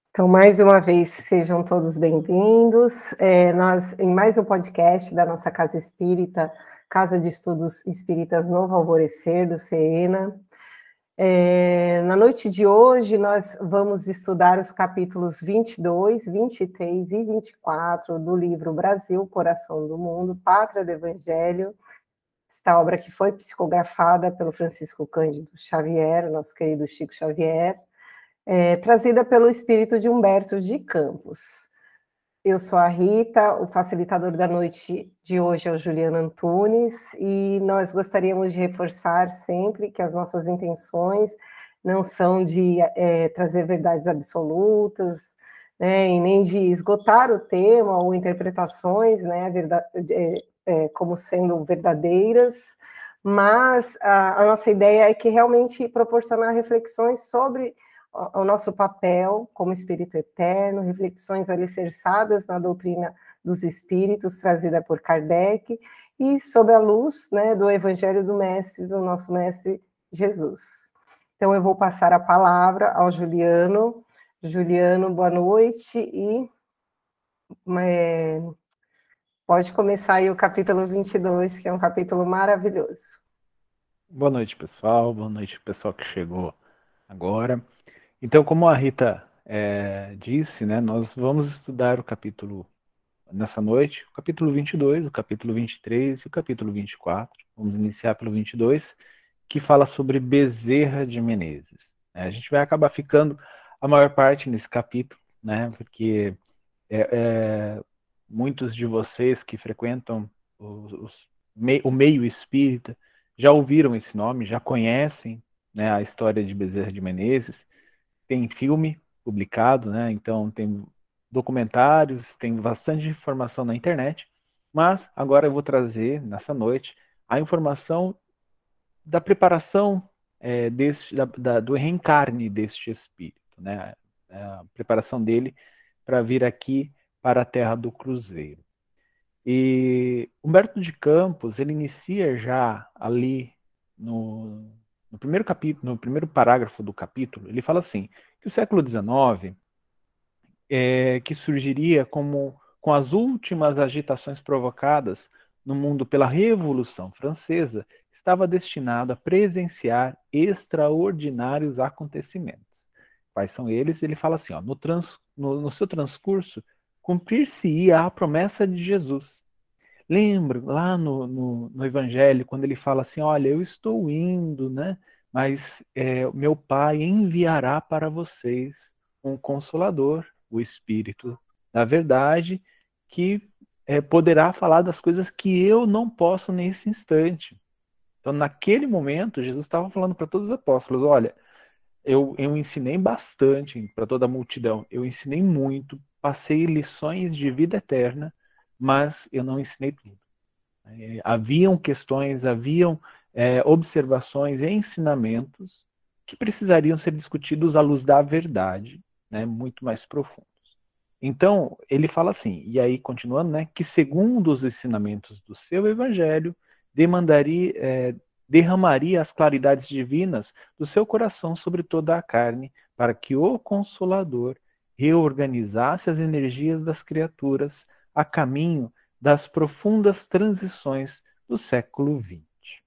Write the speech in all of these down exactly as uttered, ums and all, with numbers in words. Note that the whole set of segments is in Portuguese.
Então, mais uma vez, sejam todos bem-vindos. É, nós, em mais um podcast da nossa Casa Espírita, Casa de Estudos Espíritas Novo Alvorecer, do SEENA. É, na noite de hoje, nós vamos estudar os capítulos vinte e dois, vinte e três e vinte e quatro do livro Brasil, Coração do Mundo, Pátria do Evangelho, esta obra que foi psicografada pelo Francisco Cândido Xavier, nosso querido Chico Xavier, É, trazida pelo espírito de Humberto de Campos. Eu sou a Rita, o facilitador da noite de hoje é o Juliano Antunes, e nós gostaríamos de reforçar sempre que as nossas intenções não são de é, trazer verdades absolutas, né, e nem de esgotar o tema ou interpretações, né, verdade, é, é, como sendo verdadeiras, mas a, a nossa ideia é que realmente proporcionar reflexões sobre o nosso papel como espírito eterno, reflexões alicerçadas na doutrina dos espíritos, trazida por Kardec, e sob a luz, né, do Evangelho do Mestre, do nosso Mestre Jesus. Então, eu vou passar a palavra ao Juliano. Juliano, boa noite, e é, pode começar aí o capítulo vinte e dois, que é um capítulo maravilhoso. Boa noite, pessoal. Boa noite, pessoal que chegou agora. Então, como a Rita é, disse, né, nós vamos estudar o capítulo nessa noite, o capítulo vinte e dois, o capítulo vinte e três e o capítulo vinte e quatro. Vamos iniciar pelo vinte e dois, que fala sobre Bezerra de Menezes. É, a gente vai acabar ficando a maior parte nesse capítulo, né, porque é, é, muitos de vocês que frequentam os, os, me, o meio espírita já ouviram esse nome, já conhecem, né, a história de Bezerra de Menezes. Tem filme publicado, né, então tem documentários, tem bastante informação na internet, mas agora eu vou trazer, nessa noite, a informação da preparação é, desse, da, da, do reencarne deste espírito, né, a preparação dele para vir aqui para a Terra do Cruzeiro. E Humberto de Campos, ele inicia já ali no, no primeiro capítulo, no primeiro parágrafo do capítulo, ele fala assim, que o século dezenove, é, que surgiria como com as últimas agitações provocadas no mundo pela Revolução Francesa, estava destinado a presenciar extraordinários acontecimentos. Quais são eles? Ele fala assim, ó, no, trans, no, no seu transcurso, cumprir-se-ia a promessa de Jesus. Lembro lá no, no, no Evangelho, quando ele fala assim, olha, eu estou indo, né? Mas é, meu Pai enviará para vocês um Consolador, o Espírito da Verdade, que é, poderá falar das coisas que eu não posso nesse instante. Então, naquele momento, Jesus estava falando para todos os apóstolos, olha, eu, eu ensinei bastante para toda a multidão, eu ensinei muito, passei lições de vida eterna, mas eu não ensinei tudo. É, haviam questões, haviam é, observações e ensinamentos que precisariam ser discutidos à luz da verdade, né, muito mais profundos. Então, ele fala assim, e aí continuando, né, que segundo os ensinamentos do seu evangelho, demandaria, é, derramaria as claridades divinas do seu coração sobre toda a carne, para que o Consolador reorganizasse as energias das criaturas a caminho das profundas transições do século vinte.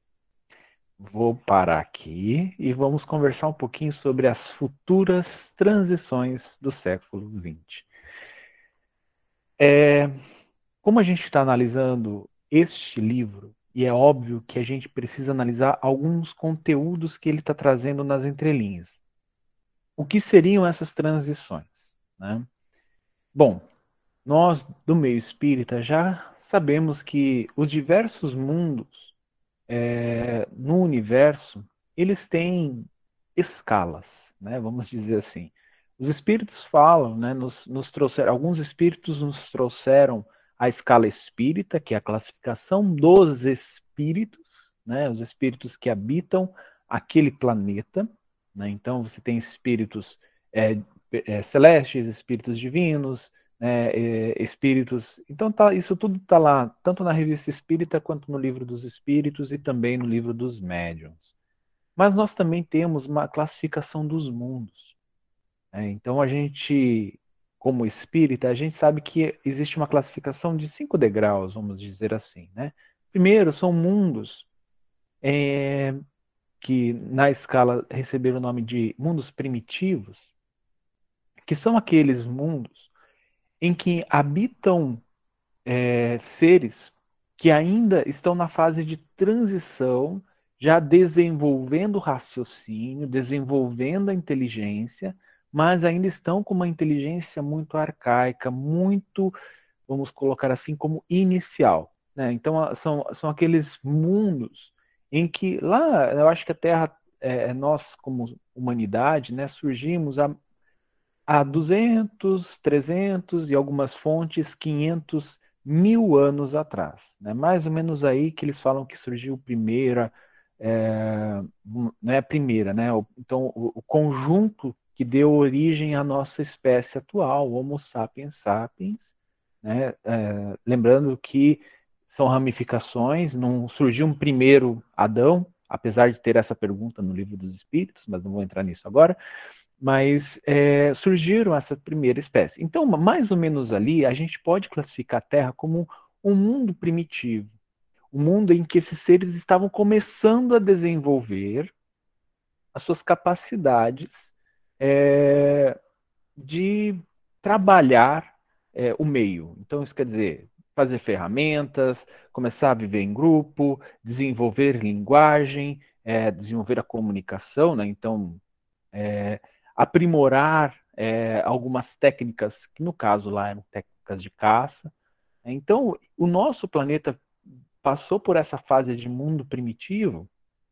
Vou parar aqui e vamos conversar um pouquinho sobre as futuras transições do século vinte. É, como a gente está analisando este livro, e é óbvio que a gente precisa analisar alguns conteúdos que ele está trazendo nas entrelinhas. O que seriam essas transições? Né? Bom, nós do meio espírita já sabemos que os diversos mundos é, no universo, eles têm escalas, né? Vamos dizer assim. Os espíritos falam, né? Nos, nos trouxeram, alguns espíritos nos trouxeram a escala espírita, que é a classificação dos espíritos, né? Os espíritos que habitam aquele planeta, né? Então você tem espíritos é, é, celestes, espíritos divinos, né, é, espíritos. Então tá, isso tudo está lá, tanto na revista Espírita quanto no livro dos Espíritos e também no livro dos Médiuns. Mas nós também temos uma classificação dos mundos. É, então a gente, como espírita, a gente sabe que existe uma classificação de cinco degraus, vamos dizer assim, né? Primeiro, são mundos é, que na escala receberam o nome de mundos primitivos, que são aqueles mundos em que habitam é, seres que ainda estão na fase de transição, já desenvolvendo o raciocínio, desenvolvendo a inteligência, mas ainda estão com uma inteligência muito arcaica, muito, vamos colocar assim, como inicial. Né? Então, são, são aqueles mundos em que lá, eu acho que a Terra, é, nós como humanidade, né, surgimos há, há duzentos, trezentos e algumas fontes, quinhentos mil anos atrás. Né? Mais ou menos aí que eles falam que surgiu primeira, é, não é a primeira, né? Então, o, o conjunto que deu origem à nossa espécie atual, Homo sapiens sapiens, né? É, lembrando que são ramificações, não surgiu um primeiro Adão, apesar de ter essa pergunta no Livro dos Espíritos, mas não vou entrar nisso agora, mas é, surgiram essa primeira espécie. Então, mais ou menos ali, a gente pode classificar a Terra como um mundo primitivo, um mundo em que esses seres estavam começando a desenvolver as suas capacidades é, de trabalhar é, o meio. Então, isso quer dizer fazer ferramentas, começar a viver em grupo, desenvolver linguagem, é, desenvolver a comunicação, né? Então, é, aprimorar é, algumas técnicas, que no caso lá eram técnicas de caça. Então, o nosso planeta passou por essa fase de mundo primitivo,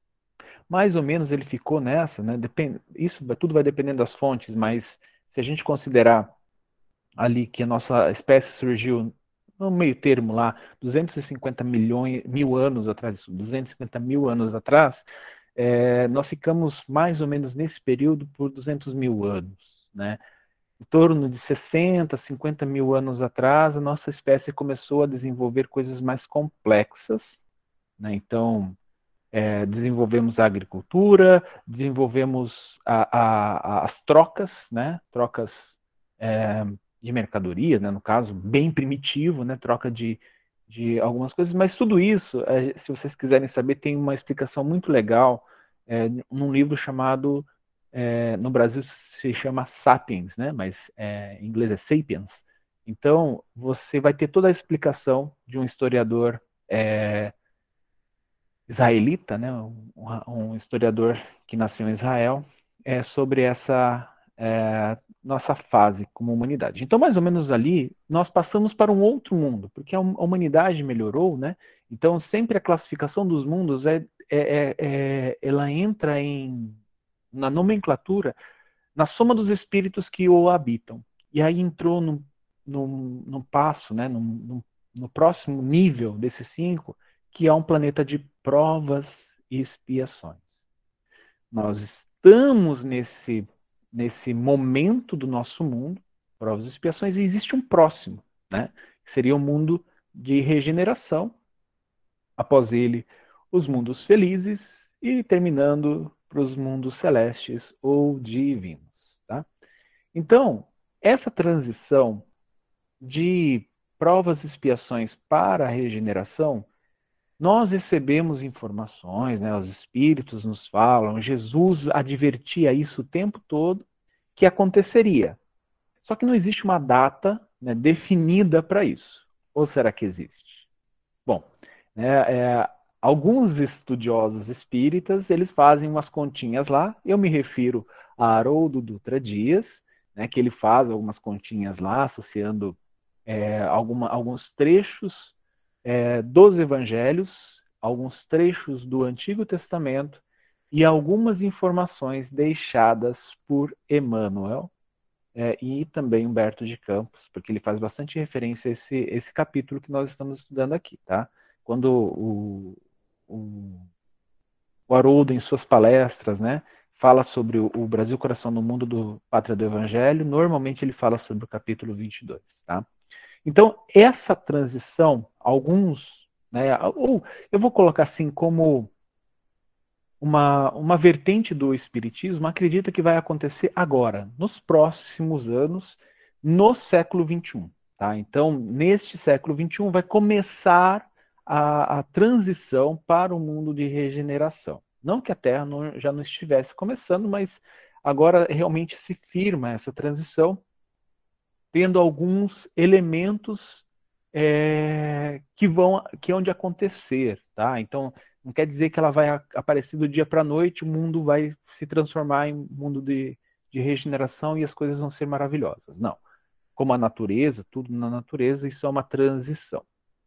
mais ou menos ele ficou nessa, né? Depende, isso tudo vai dependendo das fontes, mas se a gente considerar ali que a nossa espécie surgiu no meio termo lá, duzentos e cinquenta milhões, mil anos atrás, duzentos e cinquenta mil anos atrás, é, nós ficamos mais ou menos nesse período por duzentos mil anos, né? Em torno de sessenta, cinquenta mil anos atrás, a nossa espécie começou a desenvolver coisas mais complexas, né? Então, é, desenvolvemos a agricultura, desenvolvemos a, a, a, as trocas, né? Trocas é, de mercadoria, né? No caso, bem primitivo, né? Troca de, de algumas coisas, mas tudo isso, é, se vocês quiserem saber, tem uma explicação muito legal é, num livro chamado, é, no Brasil se chama Sapiens, né? Mas é, em inglês é Sapiens. Então, você vai ter toda a explicação de um historiador é, israelita, né, um, um historiador que nasceu em Israel, é, sobre essa é, nossa fase como humanidade. Então, mais ou menos ali, nós passamos para um outro mundo, porque a humanidade melhorou, né? Então, sempre a classificação dos mundos é, é, é, é ela entra em na nomenclatura, na soma dos espíritos que o habitam. E aí entrou no, no, no passo, né, no, no, no próximo nível desses cinco, que é um planeta de provas e expiações. Nós estamos nesse, nesse momento do nosso mundo, provas e expiações, e existe um próximo, né, que seria o um mundo de regeneração, após ele, os mundos felizes, e terminando para os mundos celestes ou divinos. Tá? Então, essa transição de provas e expiações para a regeneração, nós recebemos informações, né, os espíritos nos falam, Jesus advertia isso o tempo todo, que aconteceria. Só que não existe uma data, né, definida para isso. Ou será que existe? Bom, né, é, alguns estudiosos espíritas, eles fazem umas continhas lá, eu me refiro a Haroldo Dutra Dias, né, que ele faz algumas continhas lá, associando é, alguma, alguns trechos é, dos evangelhos, alguns trechos do Antigo Testamento e algumas informações deixadas por Emmanuel é, e também Humberto de Campos, porque ele faz bastante referência a esse, esse capítulo que nós estamos estudando aqui, tá? Quando o, o, o Haroldo, em suas palestras, né, fala sobre o, o Brasil, Coração do Mundo, do Pátria do Evangelho, normalmente ele fala sobre o capítulo vinte e dois, tá? Então, essa transição, alguns, né, ou eu vou colocar assim como uma, uma vertente do Espiritismo acredita que vai acontecer agora, nos próximos anos, no século vinte e um. Tá? Então, neste século vinte e um, vai começar a, a transição para o mundo de regeneração. Não que a Terra não, já não estivesse começando, mas agora realmente se firma essa transição, tendo alguns elementos é, que vão que hão de acontecer, tá? Então não quer dizer que ela vai aparecer do dia para a noite, o mundo vai se transformar em um mundo de, de regeneração e as coisas vão ser maravilhosas. Não. Como a natureza, tudo na natureza, isso é uma transição.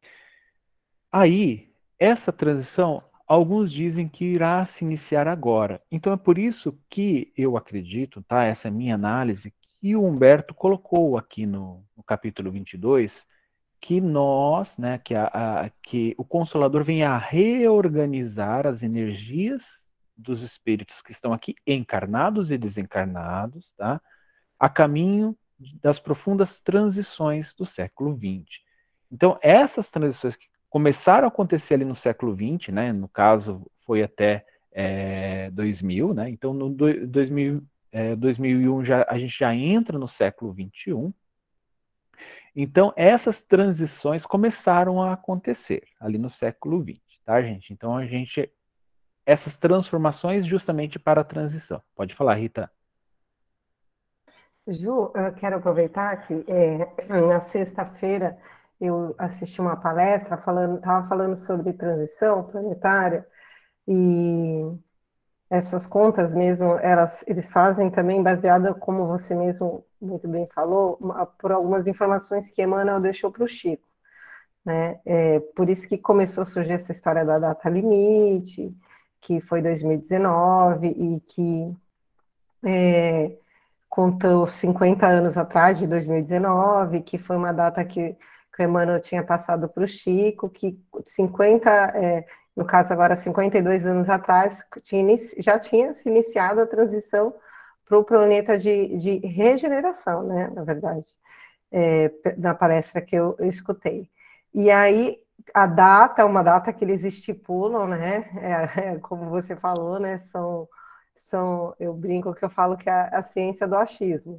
Aí, essa transição, alguns dizem que irá se iniciar agora. Então é por isso que eu acredito, tá? Essa é a minha análise, que o Humberto colocou aqui no, no capítulo vinte e dois, que nós, né, que, a, a, que o Consolador vem a reorganizar as energias dos espíritos que estão aqui, encarnados e desencarnados, tá? A caminho das profundas transições do século vinte. Então, essas transições que começaram a acontecer ali no século vinte, né, no caso foi até é, dois mil, né, então no dois mil, é, dois mil e um já, a gente já entra no século vinte e um, então essas transições começaram a acontecer ali no século vinte, tá, gente? Então a gente, essas transformações justamente para a transição. Pode falar, Rita. Ju, eu quero aproveitar que é, na sexta-feira eu assisti uma palestra falando, estava falando sobre transição planetária e essas contas mesmo, elas, eles fazem também baseada, como você mesmo muito bem falou, uma, por algumas informações que Emmanuel deixou para o Chico, né? É, por isso que começou a surgir essa história da data limite, que foi dois mil e dezenove e que é, contou cinquenta anos atrás, de dois mil e dezenove, que foi uma data que, que o Emmanuel tinha passado para o Chico, que cinquenta, é, no caso agora cinquenta e dois anos atrás, tinha, já tinha se iniciado a transição para o planeta de, de regeneração, né, na verdade, é, na palestra que eu, eu escutei. E aí, a data é uma data que eles estipulam, né, é, é, como você falou, né, são são, eu brinco que eu falo que é a, a ciência do achismo.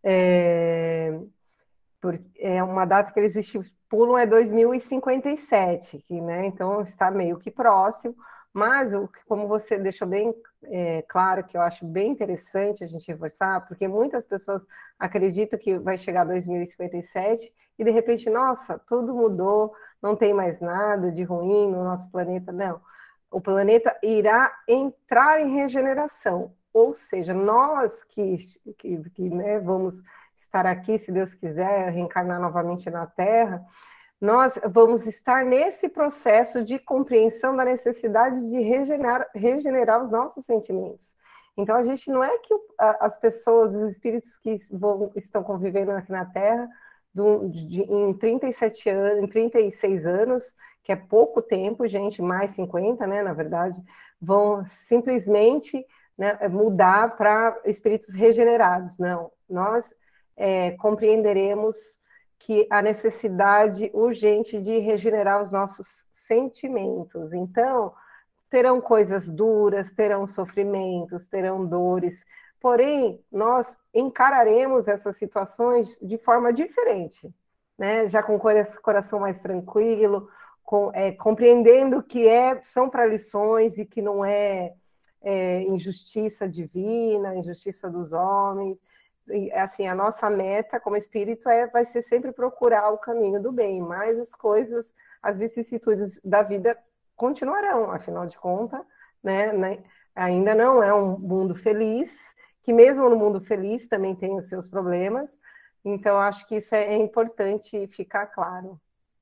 É, por, é uma data que eles estipulam é dois mil e cinquenta e sete, que, né, então está meio que próximo, mas o, como você deixou bem é, claro, que eu acho bem interessante a gente reforçar, porque muitas pessoas acreditam que vai chegar dois mil e cinquenta e sete e de repente, nossa, tudo mudou, não tem mais nada de ruim no nosso planeta, não. O planeta irá entrar em regeneração, ou seja, nós que, que, que né, vamos estar aqui, se Deus quiser, reencarnar novamente na Terra, nós vamos estar nesse processo de compreensão da necessidade de regenerar, regenerar os nossos sentimentos. Então, a gente não é que as pessoas, os espíritos que vão, estão convivendo aqui na Terra, do, de, em trinta e sete anos, em trinta e seis anos, que é pouco tempo, gente, mais cinquenta, né, na verdade, vão simplesmente, né, mudar para espíritos regenerados. Não, nós é, compreenderemos que a necessidade urgente de regenerar os nossos sentimentos. Então, terão coisas duras, terão sofrimentos, terão dores, porém, nós encararemos essas situações de forma diferente, né? Já com o coração mais tranquilo, com, é, compreendendo que é, são para lições e que não é, é injustiça divina, injustiça dos homens. E, assim, a nossa meta como espírito é, vai ser sempre procurar o caminho do bem, mas as coisas, as vicissitudes da vida continuarão, afinal de contas, né, né, ainda não é um mundo feliz, que mesmo no mundo feliz também tem os seus problemas, então acho que isso é, é importante ficar claro.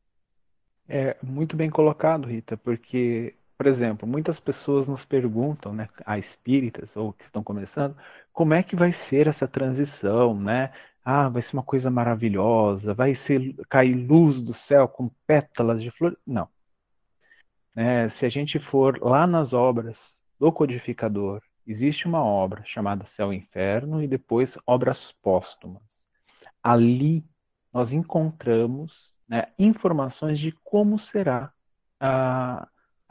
É muito bem colocado, Rita, porque, por exemplo, muitas pessoas nos perguntam, né, a espíritas ou que estão começando, como é que vai ser essa transição, né? Ah, vai ser uma coisa maravilhosa, vai ser cair luz do céu com pétalas de flor? Não. É, se a gente for lá nas obras do codificador, existe uma obra chamada Céu e Inferno e depois obras póstumas. Ali nós encontramos, né, informações de como será a,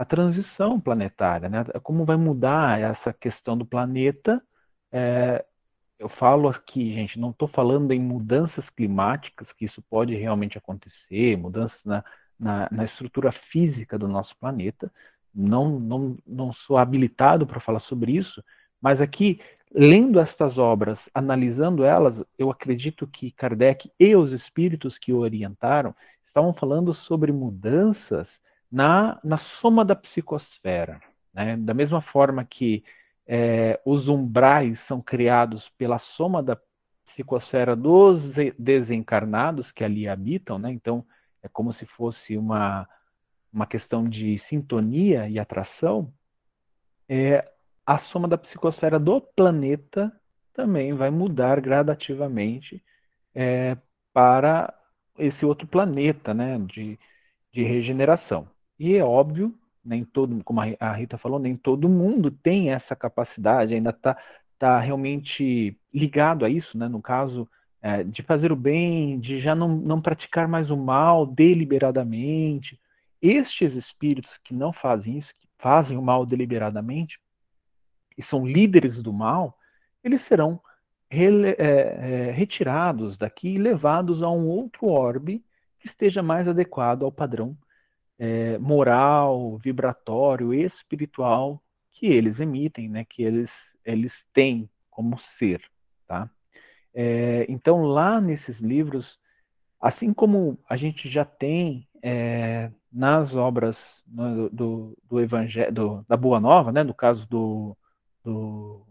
a transição planetária, né? Como vai mudar essa questão do planeta. É, eu falo aqui, gente, não estou falando em mudanças climáticas, que isso pode realmente acontecer, mudanças na, na, na estrutura física do nosso planeta. Não, não, não sou habilitado para falar sobre isso, mas aqui, lendo estas obras, analisando elas, eu acredito que Kardec e os espíritos que o orientaram estavam falando sobre mudanças na, na soma da psicosfera, né? Da mesma forma que é, os umbrais são criados pela soma da psicosfera dos desencarnados que ali habitam, né? Então, é como se fosse uma, uma questão de sintonia e atração. É, a soma da psicosfera do planeta também vai mudar gradativamente é, para esse outro planeta, né, de, de regeneração. E é óbvio, nem todo, como a Rita falou, nem todo mundo tem essa capacidade, ainda está tá realmente ligado a isso, né, no caso, é, de fazer o bem, de já não, não praticar mais o mal deliberadamente. Estes espíritos que não fazem isso, que fazem o mal deliberadamente, e são líderes do mal, eles serão re, é, é, retirados daqui e levados a um outro orbe que esteja mais adequado ao padrão é, moral, vibratório, espiritual que eles emitem, né, que eles, eles têm como ser. Tá? É, então, lá nesses livros, assim como a gente já tem é, nas obras no, do, do Evangelho, da Boa Nova, né, no caso do, do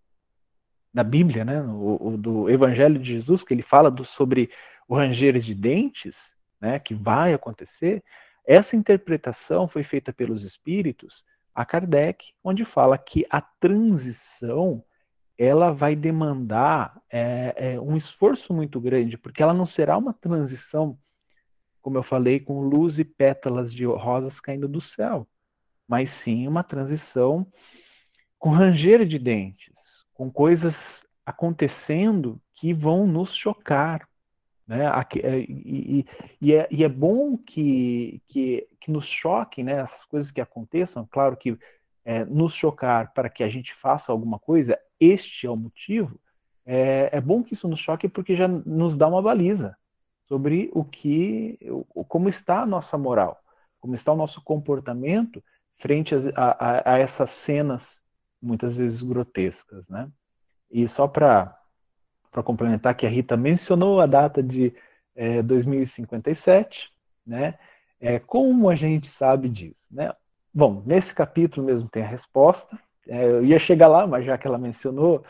da Bíblia, né, o, o, do Evangelho de Jesus, que ele fala do, sobre o ranger de dentes, né, que vai acontecer, essa interpretação foi feita pelos espíritos a Kardec, onde fala que a transição ela vai demandar é, é, um esforço muito grande, porque ela não será uma transição, como eu falei, com luz e pétalas de rosas caindo do céu, mas sim uma transição com ranger de dentes, com coisas acontecendo que vão nos chocar, né? E, e, e, é, e é bom que, que, que nos choquem, né? Essas coisas que aconteçam, claro que é, nos chocar para que a gente faça alguma coisa, este é o motivo. É, é bom que isso nos choque porque já nos dá uma baliza sobre o que, o, como está a nossa moral, como está o nosso comportamento frente a, a, a essas cenas muitas vezes grotescas, né? E só para para complementar que a Rita mencionou a data de é, dois mil e cinquenta e sete, né? É, como a gente sabe disso, né? Bom, nesse capítulo mesmo tem a resposta. É, eu ia chegar lá, mas já que ela mencionou,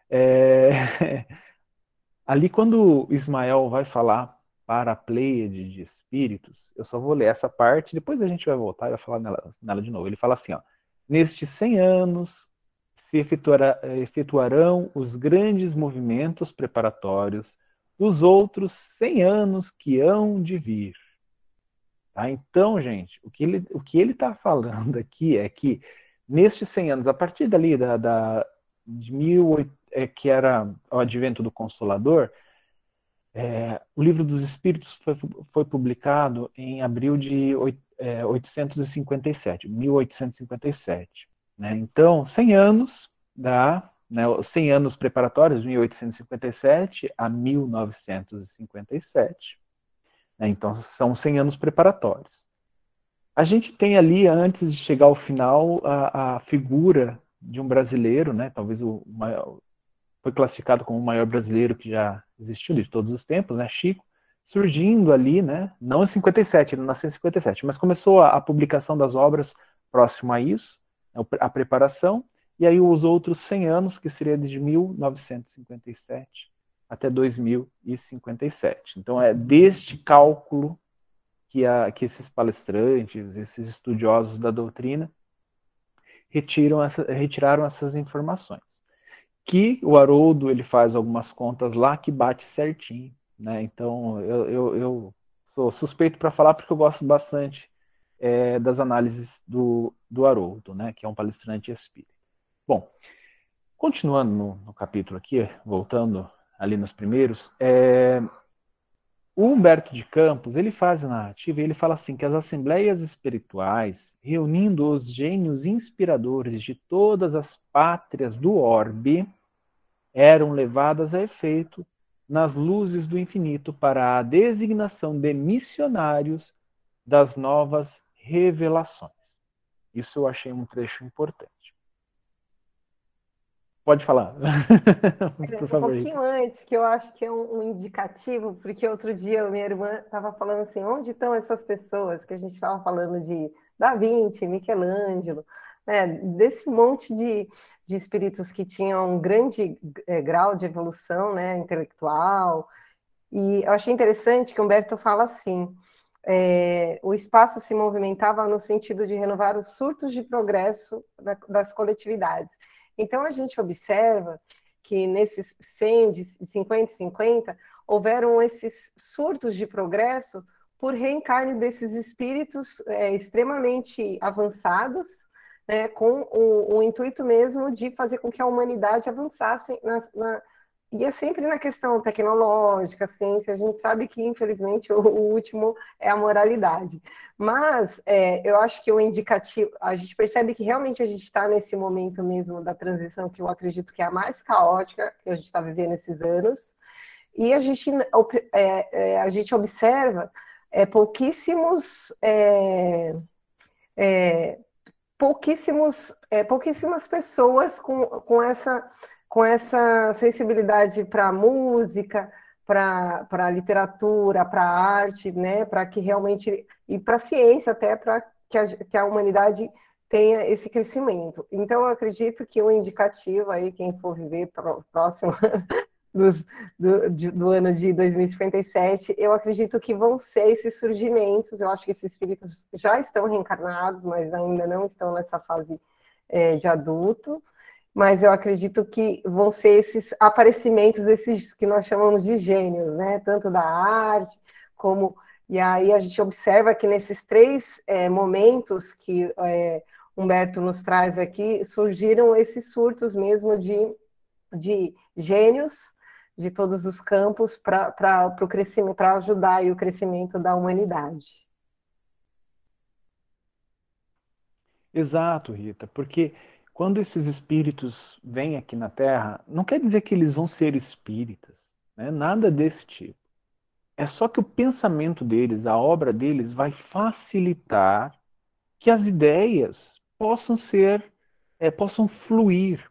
é, ali quando Ismael vai falar para a Pleiade de espíritos, eu só vou ler essa parte, depois a gente vai voltar e vai falar nela, nela de novo. Ele fala assim, ó, nestes cem anos se efetuará, efetuarão os grandes movimentos preparatórios dos outros cem anos que hão de vir. Tá? Então, gente, o que ele o que ele está falando aqui é que nestes cem anos, a partir dali da, da de mil, é, que era o advento do Consolador, é, o Livro dos Espíritos foi, foi publicado em abril de é, oitocentos e cinquenta e sete, mil oitocentos e cinquenta e sete. Né? Então, cem anos dá, né, os cem anos preparatórios, de mil oitocentos e cinquenta e sete a mil novecentos e cinquenta e sete. Né? Então, são cem anos preparatórios. A gente tem ali, antes de chegar ao final, a, a figura de um brasileiro, né, talvez o maior, foi classificado como o maior brasileiro que já existiu de todos os tempos, né, Chico, surgindo ali, né, não em cinquenta e sete, ele nasceu em cinquenta e sete, mas começou a, a publicação das obras próximo a isso, a preparação, e aí os outros cem anos, que seria de mil novecentos e cinquenta e sete até dois mil e cinquenta e sete. Então é deste cálculo que, a, que esses palestrantes, esses estudiosos da doutrina retiram essa, retiraram essas informações. Que o Haroldo ele faz algumas contas lá que bate certinho, né? Então eu, eu, eu sou suspeito para falar porque eu gosto bastante é, das análises do, do Haroldo, né? Que é um palestrante espírita. Bom, continuando no, no capítulo aqui, voltando ali nos primeiros, é, O Humberto de Campos, ele faz a narrativa e ele fala assim, que as assembleias espirituais, reunindo os gênios inspiradores de todas as pátrias do orbe, eram levadas a efeito nas luzes do infinito para a designação de missionários das novas revelações. Isso eu achei um trecho importante. Pode falar. É, Por um favor, Rita. pouquinho antes, que eu acho que é um, um indicativo, porque outro dia minha irmã estava falando assim, onde estão essas pessoas que a gente estava falando de Da Vinci, Michelangelo, né, desse monte de, de espíritos que tinham um grande é, grau de evolução, né, intelectual. E eu achei interessante que Humberto fala assim, é, o espaço se movimentava no sentido de renovar os surtos de progresso da, das coletividades. Então, a gente observa que nesses cem, de cinquenta e cinquenta, houveram esses surtos de progresso por reencarne desses espíritos é, extremamente avançados, né, com o, o, intuito mesmo de fazer com que a humanidade avançasse na, na e é sempre na questão tecnológica, ciência, a gente sabe que, infelizmente, o, o último é a moralidade. Mas é, eu acho que o indicativo, a gente percebe que realmente a gente está nesse momento mesmo da transição, que eu acredito que é a mais caótica que a gente está vivendo esses anos, e a gente, é, é, a gente observa é, pouquíssimos. É, é, pouquíssimos, é, pouquíssimas pessoas com, com, essa, com essa sensibilidade para a música, para a literatura, para a arte, né, para que realmente, e para a ciência até, para que a, que a humanidade tenha esse crescimento. Então, eu acredito que o indicativo aí, quem for viver próximo dos, do, de, do ano de dois mil e cinquenta e sete, eu acredito que vão ser esses surgimentos. Eu acho que esses espíritos já estão reencarnados, mas ainda não estão nessa fase é, de adulto. Mas eu acredito que vão ser esses aparecimentos desses que nós chamamos de gênios, né? Tanto da arte como. E aí a gente observa que nesses três é, momentos que é, Humberto nos traz aqui, surgiram esses surtos mesmo de, de gênios de todos os campos para o crescimento, para ajudar aí o crescimento da humanidade. Exato, Rita, porque quando esses espíritos vêm aqui na Terra, não quer dizer que eles vão ser espíritas, né? Nada desse tipo. É só que o pensamento deles, a obra deles, vai facilitar que as ideias possam ser, é, possam fluir,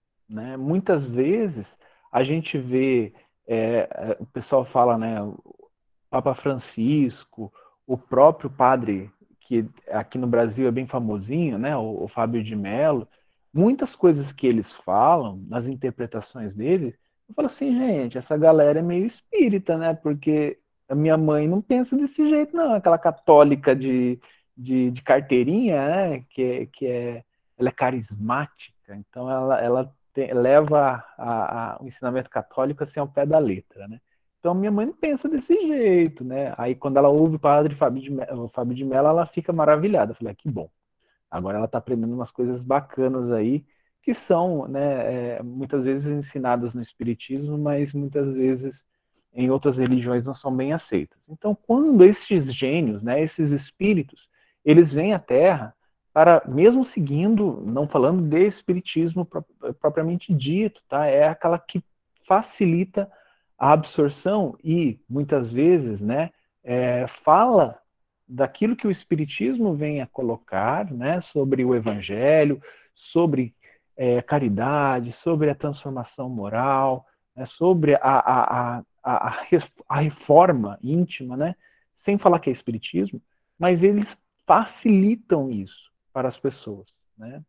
né? Muitas vezes a gente vê, é, o pessoal fala, né, o Papa Francisco, o próprio padre, que aqui no Brasil é bem famosinho, né, o, o Fábio de Mello, muitas coisas que eles falam, nas interpretações dele, eu falo assim, gente, essa galera é meio espírita, né, porque a minha mãe não pensa desse jeito, não, aquela católica de, de, de carteirinha, né, que, é, que é, ela é carismática, então ela, ela tem, leva a, a, o ensinamento católico assim ao pé da letra, né. Então minha mãe não pensa desse jeito, né? Aí quando ela ouve o padre Fábio de Mello, o Fábio de Mello, ela fica maravilhada. Eu falei, ah, que bom. Agora ela está aprendendo umas coisas bacanas aí, que são, né, é, muitas vezes ensinadas no Espiritismo, mas muitas vezes em outras religiões não são bem aceitas. Então, quando esses gênios, né, esses espíritos, eles vêm à Terra para, mesmo seguindo, não falando de Espiritismo propriamente dito, tá? É aquela que facilita a absorção e, muitas vezes, né, é, fala daquilo que o Espiritismo vem a colocar, né, sobre o Evangelho, sobre é, caridade, sobre a transformação moral, né, sobre a, a, a, a, a reforma íntima, né, sem falar que é Espiritismo, mas eles facilitam isso para as pessoas. Né?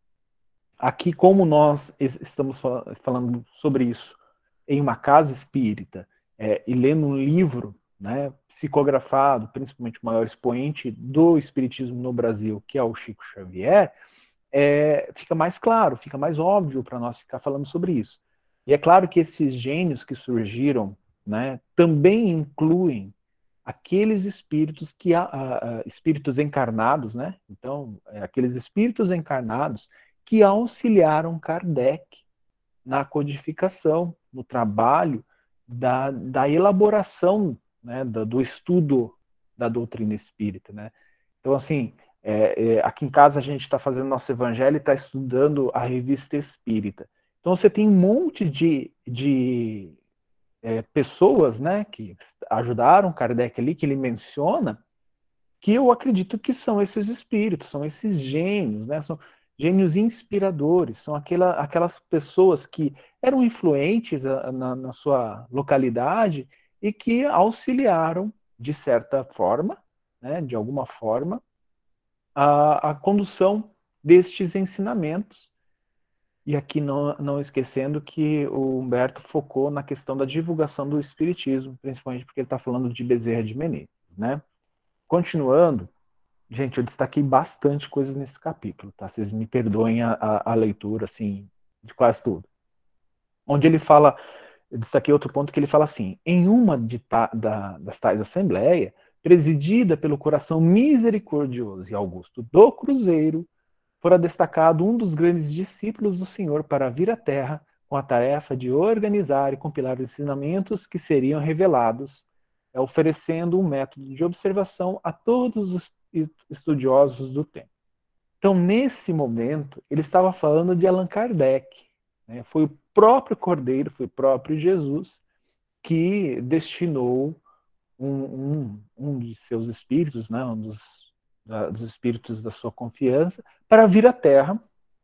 Aqui, como nós estamos falando sobre isso em uma casa espírita é, e lendo um livro, né, psicografado, principalmente o maior expoente do espiritismo no Brasil, que é o Chico Xavier, é, fica mais claro, fica mais óbvio para nós ficar falando sobre isso. E é claro que esses gênios que surgiram, né, também incluem aqueles espíritos que a, a, espíritos encarnados, né? Então, é, aqueles espíritos encarnados que auxiliaram Kardec na codificação, no trabalho da, da elaboração né, do, do estudo da doutrina espírita, né? Então, assim, é, é, aqui em casa a gente está fazendo nosso evangelho e está estudando a revista espírita. Então, você tem um monte de, de é, pessoas, né, que ajudaram Kardec ali, que ele menciona, que eu acredito que são esses espíritos, são esses gênios, né, são gênios inspiradores, são aquela, aquelas pessoas que eram influentes na, na sua localidade e que auxiliaram, de certa forma, né, de alguma forma, a, a condução destes ensinamentos. E aqui não, não esquecendo que o Humberto focou na questão da divulgação do espiritismo, principalmente porque ele está falando de Bezerra de Menezes, né? Continuando, gente, eu destaquei bastante coisas nesse capítulo, tá? Vocês me perdoem a, a, a leitura, assim, de quase tudo. Onde ele fala, eu destaquei outro ponto que ele fala assim, em uma de ta, da, das tais assembleias, presidida pelo coração misericordioso e augusto do Cruzeiro, fora destacado um dos grandes discípulos do Senhor para vir à Terra com a tarefa de organizar e compilar os ensinamentos que seriam revelados, oferecendo um método de observação a todos os estudiosos do tempo. Então, nesse momento, ele estava falando de Allan Kardec. Né? Foi o próprio Cordeiro, foi o próprio Jesus que destinou um, um, um de seus espíritos, né? um dos, da, dos espíritos da sua confiança, para vir à Terra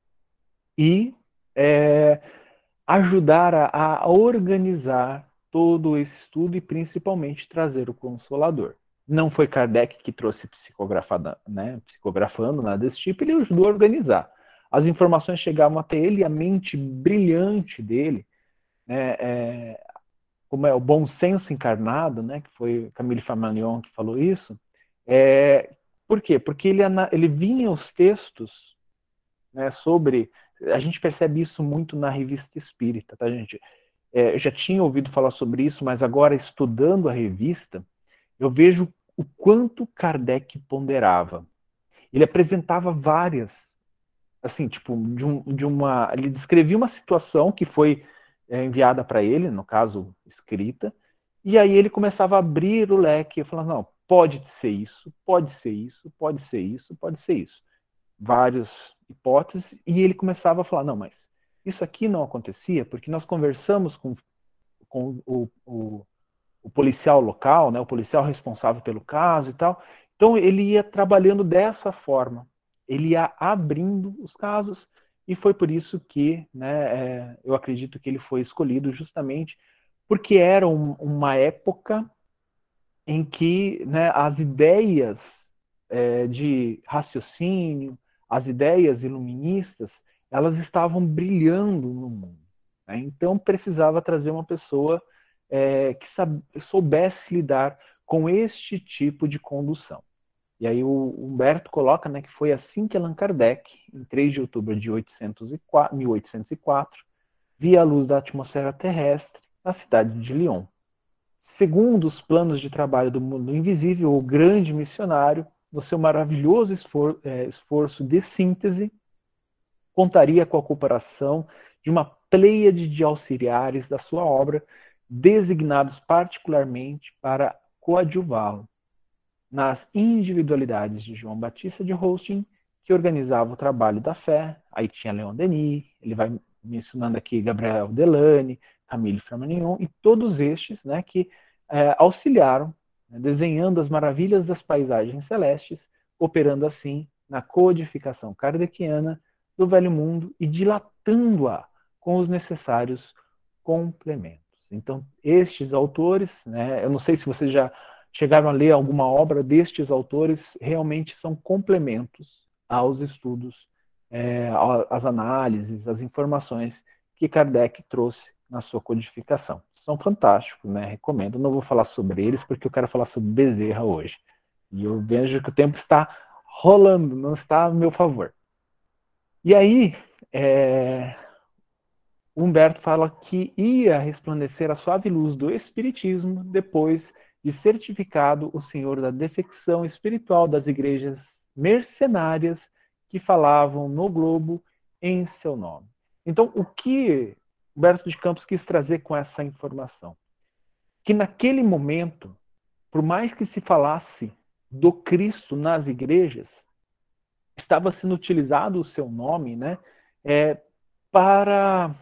e é, ajudar a, a organizar todo esse estudo e principalmente trazer o Consolador. Não foi Kardec que trouxe psicografada, né, psicografando, nada desse tipo, ele ajudou a organizar. As informações chegavam até ele e a mente brilhante dele, né, é, como é o bom senso encarnado, né, que foi Camille Flammarion que falou isso, é, por quê? Porque ele, ele vinha os textos, né, sobre... A gente percebe isso muito na revista espírita, tá, gente? É, eu já tinha ouvido falar sobre isso, mas agora, estudando a revista, eu vejo o quanto Kardec ponderava. Ele apresentava várias, assim, tipo, de, um, de uma... Ele descrevia uma situação que foi é, enviada para ele, no caso, escrita, e aí ele começava a abrir o leque e falava, não, pode ser isso, pode ser isso, pode ser isso, pode ser isso. Várias hipóteses, e ele começava a falar, não, mas isso aqui não acontecia porque nós conversamos com, com o, o, o policial local, né, o policial responsável pelo caso e tal. Então ele ia trabalhando dessa forma, ele ia abrindo os casos, e foi por isso que, né, é, eu acredito que ele foi escolhido justamente porque era um, uma época em que, né, as ideias é, de raciocínio, as ideias iluministas, elas estavam brilhando no mundo. Né? Então precisava trazer uma pessoa é, que soubesse lidar com este tipo de condução. E aí o Humberto coloca, né, que foi assim que Allan Kardec, em três de outubro de mil oitocentos e quatro, via a luz da atmosfera terrestre na cidade de Lyon. Segundo os planos de trabalho do mundo invisível, o grande missionário, no seu maravilhoso esfor é, esforço de síntese, contaria com a cooperação de uma pleiade de auxiliares da sua obra, designados particularmente para coadjuvá-lo nas individualidades de João Batista de Hosting, que organizava o trabalho da fé. Aí tinha Leon Denis, ele vai mencionando aqui Gabriel Delane, Camille Flammarion, e todos estes, né, que é, auxiliaram, né, desenhando as maravilhas das paisagens celestes, operando assim na codificação kardeciana do Velho Mundo e dilatando-a com os necessários complementos. Então, estes autores, né, eu não sei se vocês já chegaram a ler alguma obra destes autores, realmente são complementos aos estudos, é, às análises, às informações que Kardec trouxe na sua codificação. São fantásticos, né? Recomendo. Não vou falar sobre eles porque eu quero falar sobre Bezerra hoje. E eu vejo que o tempo está rolando, não está a meu favor. E aí, é, Humberto fala que ia resplandecer a suave luz do Espiritismo depois de certificado o senhor da defecção espiritual das igrejas mercenárias que falavam no globo em seu nome. Então, o que Humberto de Campos quis trazer com essa informação? Que naquele momento, por mais que se falasse do Cristo nas igrejas, estava sendo utilizado o seu nome, né, é, para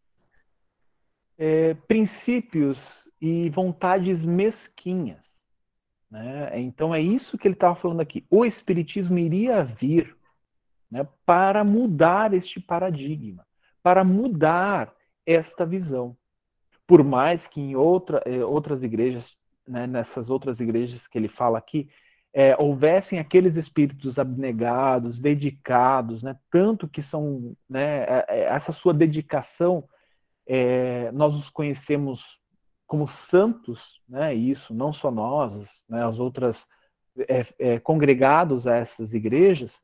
é, princípios e vontades mesquinhas. Né? Então é isso que ele estava falando aqui. O Espiritismo iria vir, né, para mudar este paradigma, para mudar esta visão. Por mais que em outra, eh, outras igrejas, né, nessas outras igrejas que ele fala aqui, é, houvessem aqueles espíritos abnegados, dedicados, né, tanto que são, né, essa sua dedicação, é, nós os conhecemos como santos, né, isso, não só nós, né, as outras é, é, congregados a essas igrejas,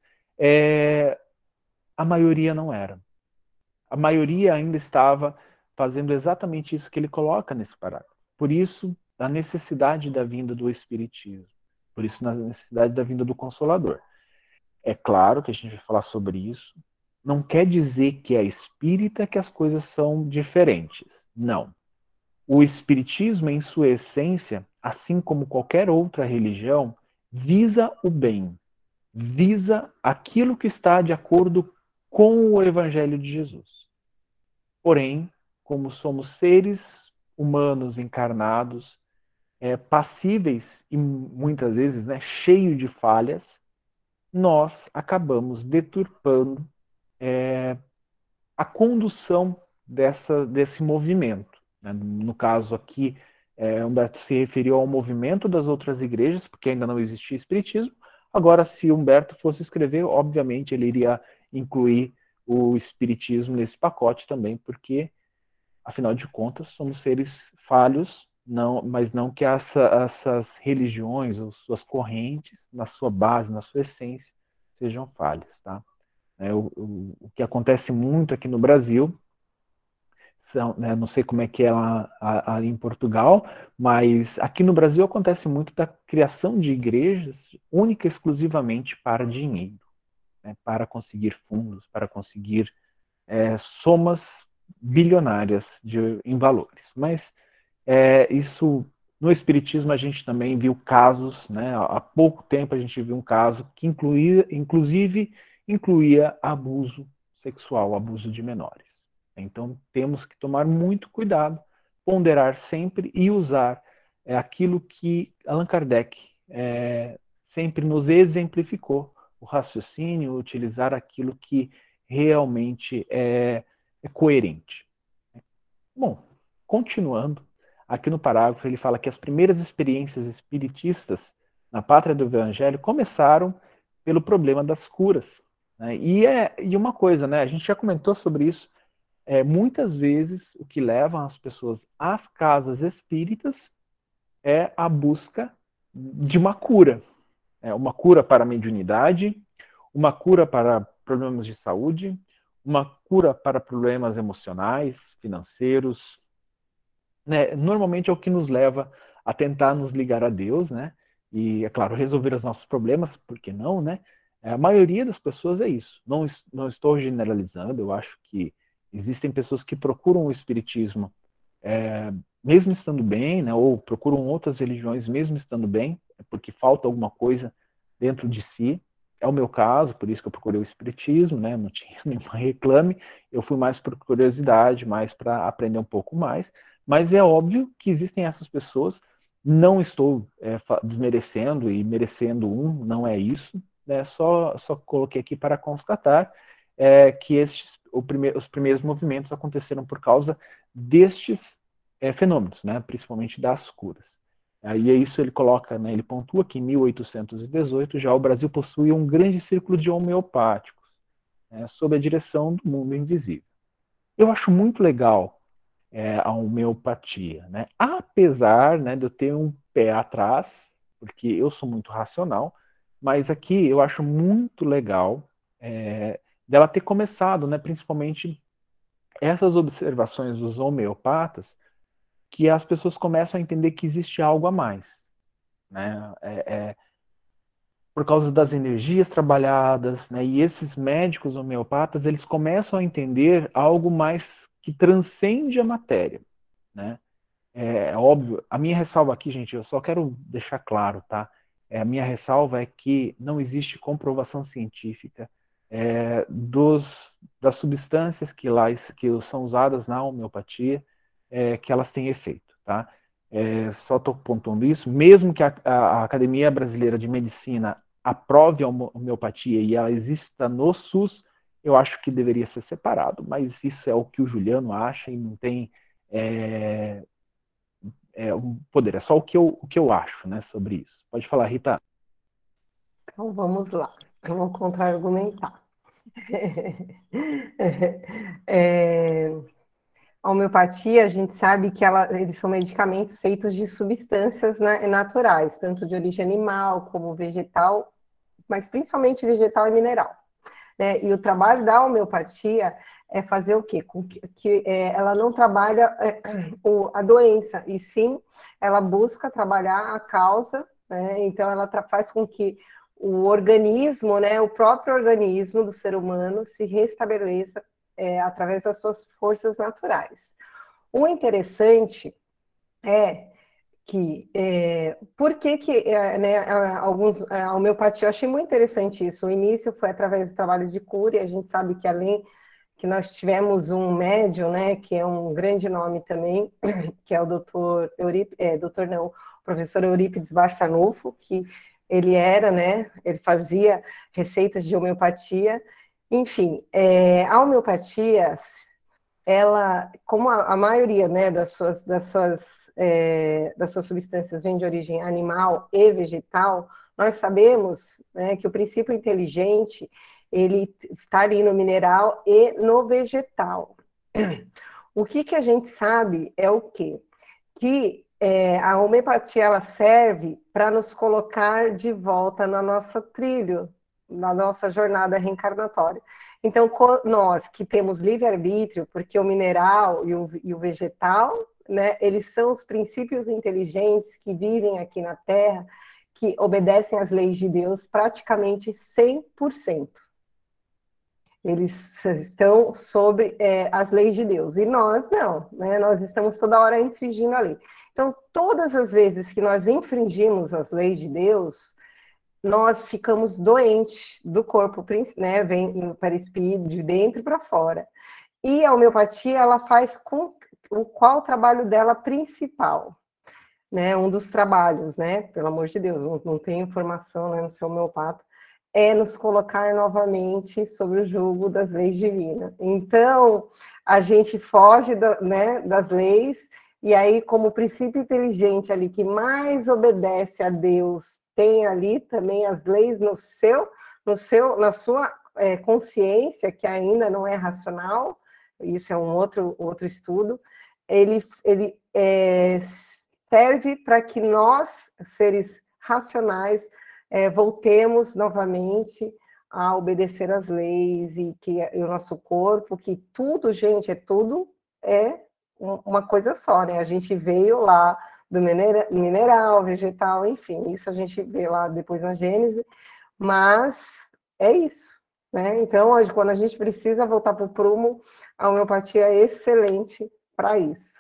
é, a maioria não era. A maioria ainda estava fazendo exatamente isso que ele coloca nesse parágrafo. Por isso, a necessidade da vinda do Espiritismo. Por isso, a necessidade da vinda do Consolador. É claro que a gente vai falar sobre isso. Não quer dizer que é espírita que as coisas são diferentes. Não. O Espiritismo, em sua essência, assim como qualquer outra religião, visa o bem. Visa aquilo que está de acordo com o Evangelho de Jesus. Porém, como somos seres humanos encarnados, é, passíveis e muitas vezes, né, cheio de falhas, nós acabamos deturpando é, a condução dessa, desse movimento. Né? No caso aqui, é, Humberto se referiu ao movimento das outras igrejas, porque ainda não existia espiritismo. Agora, se Humberto fosse escrever, obviamente ele iria incluir o espiritismo nesse pacote também, porque afinal de contas, somos seres falhos, não, mas não que essa, essas religiões ou suas correntes, na sua base, na sua essência, sejam falhas. Tá? É, o, o, o que acontece muito aqui no Brasil, são, né, não sei como é que é lá, a, a, em Portugal, mas aqui no Brasil acontece muito da criação de igrejas única e exclusivamente para dinheiro, né, para conseguir fundos, para conseguir é, somas bilionárias de, em valores. Mas é, isso, no Espiritismo, a gente também viu casos, né, há pouco tempo a gente viu um caso que incluía, inclusive incluía abuso sexual, abuso de menores. Então temos que tomar muito cuidado, ponderar sempre e usar é, aquilo que Allan Kardec é, sempre nos exemplificou, o raciocínio, utilizar aquilo que realmente é, é coerente. Bom, continuando, aqui no parágrafo ele fala que as primeiras experiências espiritistas na pátria do Evangelho começaram pelo problema das curas. Né? E, é, e uma coisa, né, a gente já comentou sobre isso, é, muitas vezes o que leva as pessoas às casas espíritas é a busca de uma cura. É, uma cura para a mediunidade, uma cura para problemas de saúde, uma cura para problemas emocionais, financeiros. Né? Normalmente é o que nos leva a tentar nos ligar a Deus, né? E, é claro, resolver os nossos problemas, por que não, né? A maioria das pessoas é isso. Não, não estou generalizando, eu acho que existem pessoas que procuram o espiritismo é, mesmo estando bem, né? Ou procuram outras religiões mesmo estando bem, porque falta alguma coisa dentro de si. É o meu caso, por isso que eu procurei o espiritismo, né? Não tinha nenhuma reclame, eu fui mais por curiosidade, mais para aprender um pouco mais, mas é óbvio que existem essas pessoas, não estou é, desmerecendo e merecendo um, não é isso, né? Só, só coloquei aqui para constatar é, que estes, prime os primeiros movimentos aconteceram por causa destes é, fenômenos, né? Principalmente das curas. Aí é isso ele coloca, né, ele pontua que em mil oitocentos e dezoito já o Brasil possuía um grande círculo de homeopáticos, né, sob a direção do mundo invisível. Eu acho muito legal é, a homeopatia, né? Apesar, né, de eu ter um pé atrás, porque eu sou muito racional, mas aqui eu acho muito legal é, dela ter começado, né, principalmente essas observações dos homeopatas, que as pessoas começam a entender que existe algo a mais, né? É, é, por causa das energias trabalhadas, né? E esses médicos homeopatas, eles começam a entender algo mais que transcende a matéria, né? é, é óbvio, a minha ressalva aqui, gente, eu só quero deixar claro, tá? É, a minha ressalva é que não existe comprovação científica é, dos, das substâncias que lá que são usadas na homeopatia, é, que elas têm efeito, tá? É, só estou pontuando isso, mesmo que a, a Academia Brasileira de Medicina aprove a homeopatia e ela exista no SUS, eu acho que deveria ser separado, mas isso é o que o Juliano acha e não tem é, é, um poder, é só o que eu, o que eu acho, né, sobre isso. Pode falar, Rita. Então vamos lá, vamos contra-argumentar. É, a homeopatia, a gente sabe que ela, eles são medicamentos feitos de substâncias, né, naturais, tanto de origem animal como vegetal, mas principalmente vegetal e mineral. Né? E o trabalho da homeopatia é fazer o quê? Com que, que é, ela não trabalha é, o, a doença, e sim ela busca trabalhar a causa, né? Então ela faz com que o organismo, né, o próprio organismo do ser humano se restabeleça é, através das suas forças naturais. O interessante é que é, por que que é, né, alguns a homeopatia, eu achei muito interessante isso. O início foi através do trabalho de cura, e a gente sabe que além que nós tivemos um médium, né, que é um grande nome também, que é o doutor Eurípides, é, doutor não, o professor Eurípides Barçanufo, que ele era, né, ele fazia receitas de homeopatia. Enfim, é, a homeopatia, ela, como a, a maioria, né, das suas, das suas, é, das suas substâncias vem de origem animal e vegetal, nós sabemos, né, que o princípio inteligente ele está ali no mineral e no vegetal. O que, que a gente sabe é o quê? Que é, a homeopatia ela serve para nos colocar de volta na nossa trilho, na nossa jornada reencarnatória. Então, nós que temos livre-arbítrio, porque o mineral e o, e o vegetal, né, eles são os princípios inteligentes que vivem aqui na Terra, que obedecem às leis de Deus praticamente cem por cento. Eles estão sob é, as leis de Deus. E nós não, né? Nós estamos toda hora infringindo a lei. Então, todas as vezes que nós infringimos as leis de Deus, nós ficamos doentes do corpo, né? Vem para o espírito, de dentro para fora. E a homeopatia, ela faz com o qual o trabalho dela principal, né? Um dos trabalhos, né? Pelo amor de Deus, não, não tenho informação, né? Não sou homeopata, é nos colocar novamente sobre o jugo das leis divinas. Então, a gente foge da, né, das leis, e aí, como o princípio inteligente ali que mais obedece a Deus, tem ali também as leis no seu, no seu, na sua é, consciência, que ainda não é racional, isso é um outro, outro estudo, ele, ele é, serve para que nós, seres racionais, é, voltemos novamente a obedecer às leis, e que e o nosso corpo, que tudo, gente, é tudo é uma coisa só, né? A gente veio lá do mineral, vegetal, enfim, isso a gente vê lá depois na Gênese, mas é isso, né? Então, quando a gente precisa voltar para o prumo, a homeopatia é excelente para isso.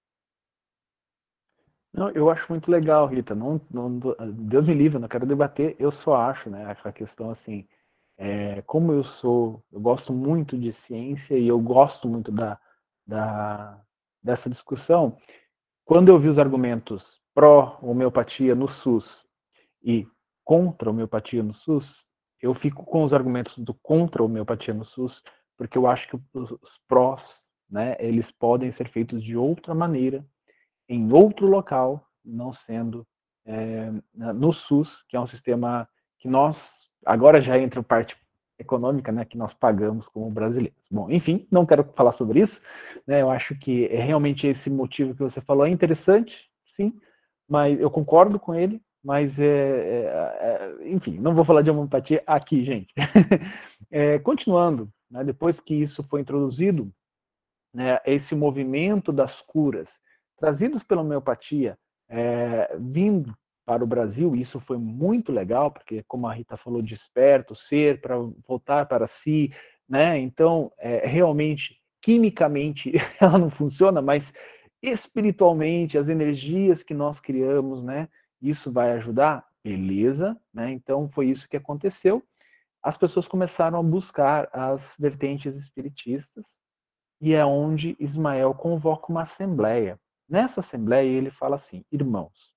Não, eu acho muito legal, Rita. Não, não, Deus me livre, não quero debater. Eu só acho, né, aquela questão assim, é, como eu sou, eu gosto muito de ciência e eu gosto muito da, da dessa discussão. Quando eu vi os argumentos pró-homeopatia no SUS e contra a homeopatia no SUS, eu fico com os argumentos do contra a homeopatia no SUS, porque eu acho que os prós, né, eles podem ser feitos de outra maneira, em outro local, não sendo é, no SUS, que é um sistema que nós, agora já entra a parte econômica, né, que nós pagamos como brasileiros. Bom, enfim, não quero falar sobre isso, né, eu acho que é realmente esse motivo que você falou é interessante, sim, mas eu concordo com ele, mas, é, é, é, enfim, não vou falar de homeopatia aqui, gente. É, continuando, né, depois que isso foi introduzido, né, esse movimento das curas, trazidos pela homeopatia, é, vindo para o Brasil, e isso foi muito legal, porque, como a Rita falou, desperta o ser para voltar para si, né? Então, é, realmente, quimicamente, ela não funciona, mas espiritualmente, as energias que nós criamos, né? Isso vai ajudar? Beleza, né? Então foi isso que aconteceu. As pessoas começaram a buscar as vertentes espiritistas e é onde Ismael convoca uma assembleia. Nessa assembleia ele fala assim: irmãos,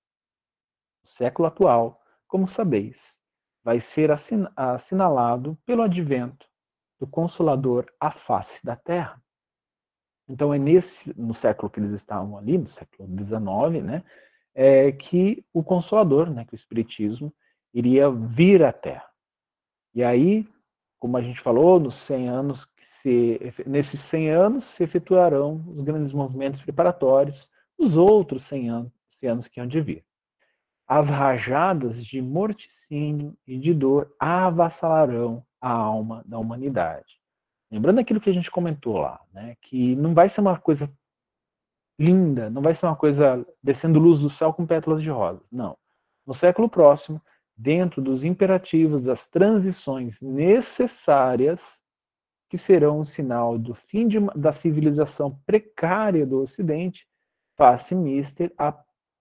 no século atual, como sabeis, vai ser assin- assinalado pelo advento do Consolador à face da Terra. Então é nesse, no século que eles estavam ali, no século dezenove, né, é, que o Consolador, né, que o Espiritismo, iria vir à Terra. E aí, como a gente falou, nos cem anos que se, nesses cem anos se efetuarão os grandes movimentos preparatórios dos outros cem anos, cem anos que hão de vir. As rajadas de morticínio e de dor avassalarão a alma da humanidade. Lembrando aquilo que a gente comentou lá, né, que não vai ser uma coisa linda, não vai ser uma coisa descendo luz do céu com pétalas de rosas. Não. No século próximo, dentro dos imperativos das transições necessárias, que serão um sinal do fim de, da civilização precária do Ocidente, passe mister a,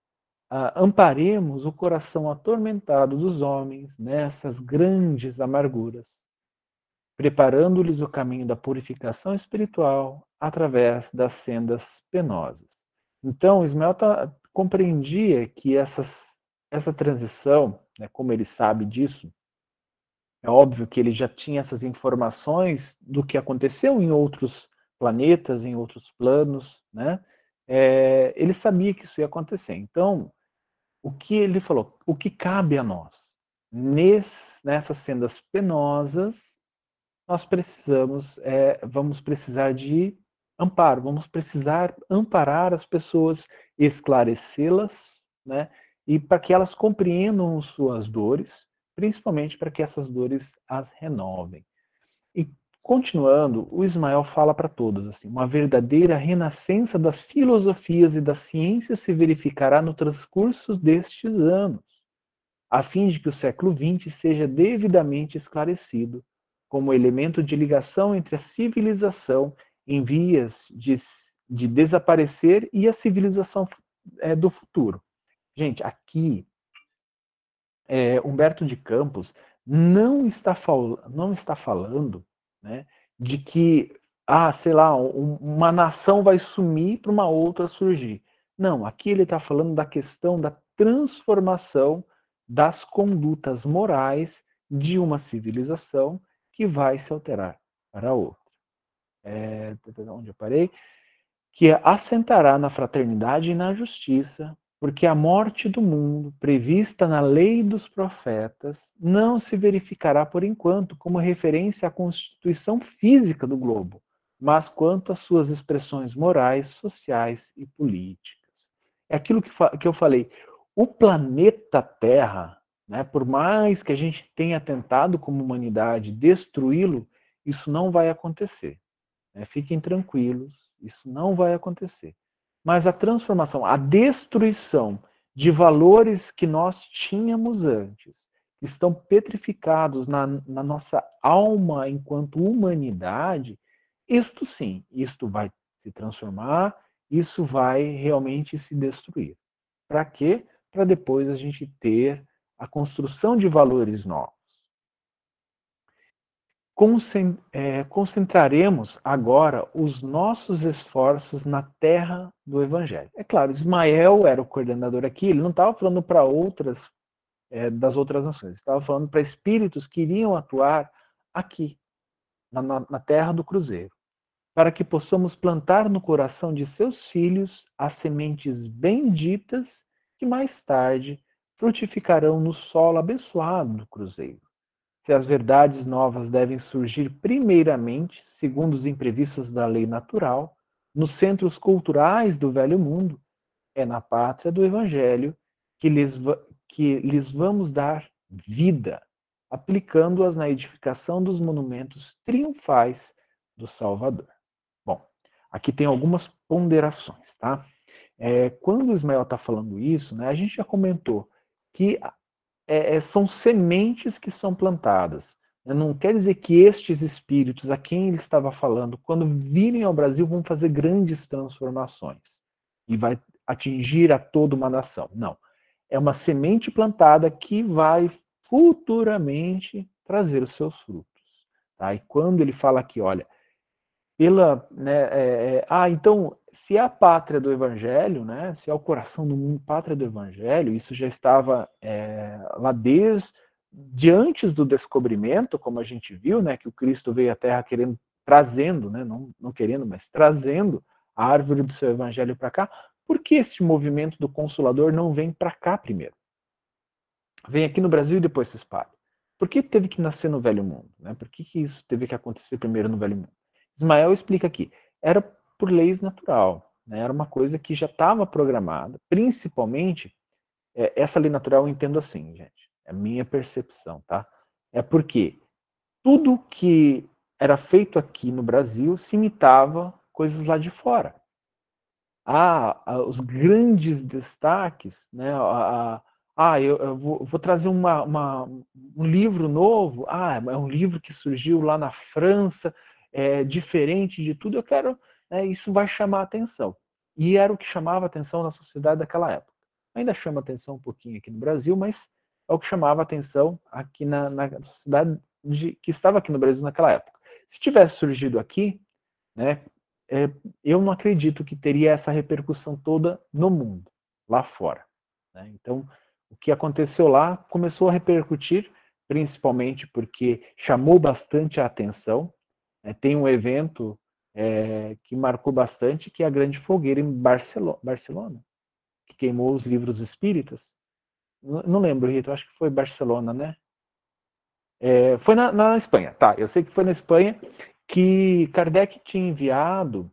a amparemos o coração atormentado dos homens nessas grandes amarguras, preparando-lhes o caminho da purificação espiritual através das sendas penosas. Então, Ismael tá, compreendia que essas, essa transição, né, como ele sabe disso, é óbvio que ele já tinha essas informações do que aconteceu em outros planetas, em outros planos, né? É, ele sabia que isso ia acontecer. Então, o que ele falou? O que cabe a nós? Ness, nessas sendas penosas, nós precisamos, é, vamos precisar de amparo, vamos precisar amparar as pessoas, esclarecê-las, né? E para que elas compreendam suas dores, principalmente para que essas dores as renovem. E continuando, o Ismael fala para todos assim: uma verdadeira renascença das filosofias e das ciências se verificará no transcurso destes anos, a fim de que o século vinte seja devidamente esclarecido como elemento de ligação entre a civilização em vias de, de desaparecer e a civilização é, do futuro. Gente, aqui é, Humberto de Campos não está, fal não está falando, né, de que, ah, sei lá, um, uma nação vai sumir para uma outra surgir. Não, aqui ele está falando da questão da transformação das condutas morais de uma civilização que vai se alterar para outra. É, onde eu parei? Que assentará na fraternidade e na justiça, porque a morte do mundo, prevista na lei dos profetas, não se verificará por enquanto como referência à constituição física do globo, mas quanto às suas expressões morais, sociais e políticas. É aquilo que, que eu falei. O planeta Terra, né, por mais que a gente tenha tentado como humanidade destruí-lo, isso não vai acontecer. Né? Fiquem tranquilos, isso não vai acontecer. Mas a transformação, a destruição de valores que nós tínhamos antes, que estão petrificados na, na nossa alma enquanto humanidade, isto sim, isto vai se transformar, isso vai realmente se destruir. Para quê? Para depois a gente ter a construção de valores novos. Concentraremos agora os nossos esforços na terra do Evangelho. É claro, Ismael era o coordenador aqui, ele não estava falando para outras, é, das outras nações, estava falando para espíritos que iriam atuar aqui, na, na terra do Cruzeiro, para que possamos plantar no coração de seus filhos as sementes benditas que mais tarde frutificarão no solo abençoado do Cruzeiro. Se as verdades novas devem surgir primeiramente, segundo os imprevistos da lei natural, nos centros culturais do velho mundo, é na pátria do Evangelho que lhes, que lhes vamos dar vida, aplicando-as na edificação dos monumentos triunfais do Salvador. Bom, aqui tem algumas ponderações, tá? É, quando o Ismael está falando isso, né, a gente já comentou que É, são sementes que são plantadas. Não quer dizer que estes espíritos, a quem ele estava falando, quando virem ao Brasil, vão fazer grandes transformações. e vai atingir a toda uma nação. Não. É uma semente plantada que vai futuramente trazer os seus frutos. Tá? E quando ele fala aqui, olha, pela, né, é, é, ah, então, se é a pátria do Evangelho, né, se é o coração do mundo, pátria do Evangelho, isso já estava é, lá desde de antes do descobrimento, como a gente viu, né, que o Cristo veio à Terra querendo, trazendo, né, não, não querendo, mas trazendo a árvore do seu Evangelho para cá. Por que este movimento do Consolador não vem para cá primeiro? Vem aqui no Brasil e depois se espalha. Por que teve que nascer no Velho Mundo? Né? Por que, que isso teve que acontecer primeiro no Velho Mundo? Ismael explica aqui. Era por leis natural. Né? Era uma coisa que já estava programada. Principalmente, é, essa lei natural eu entendo assim, gente. É a minha percepção, tá? É porque tudo que era feito aqui no Brasil se imitava coisas lá de fora. Ah, os grandes destaques, né? A, ah, eu, eu vou, vou, trazer uma, uma, um livro novo. Ah, é um livro que surgiu lá na França, é diferente de tudo. Eu quero, né, isso vai chamar a atenção. E era o que chamava a atenção na sociedade daquela época. Ainda chama atenção um pouquinho aqui no Brasil, mas é o que chamava a atenção aqui na, na sociedade de, que estava aqui no Brasil naquela época. Se tivesse surgido aqui, né, é, eu não acredito que teria essa repercussão toda no mundo, lá fora. Né? Então, o que aconteceu lá começou a repercutir, principalmente porque chamou bastante a atenção. Né? Tem um evento é, que marcou bastante, que é a Grande Fogueira em Barcelona, Barcelona que queimou os livros espíritas. Não, não lembro, Rita, acho que foi Barcelona, né? É, foi na, na Espanha, tá, eu sei que foi na Espanha, que Kardec tinha enviado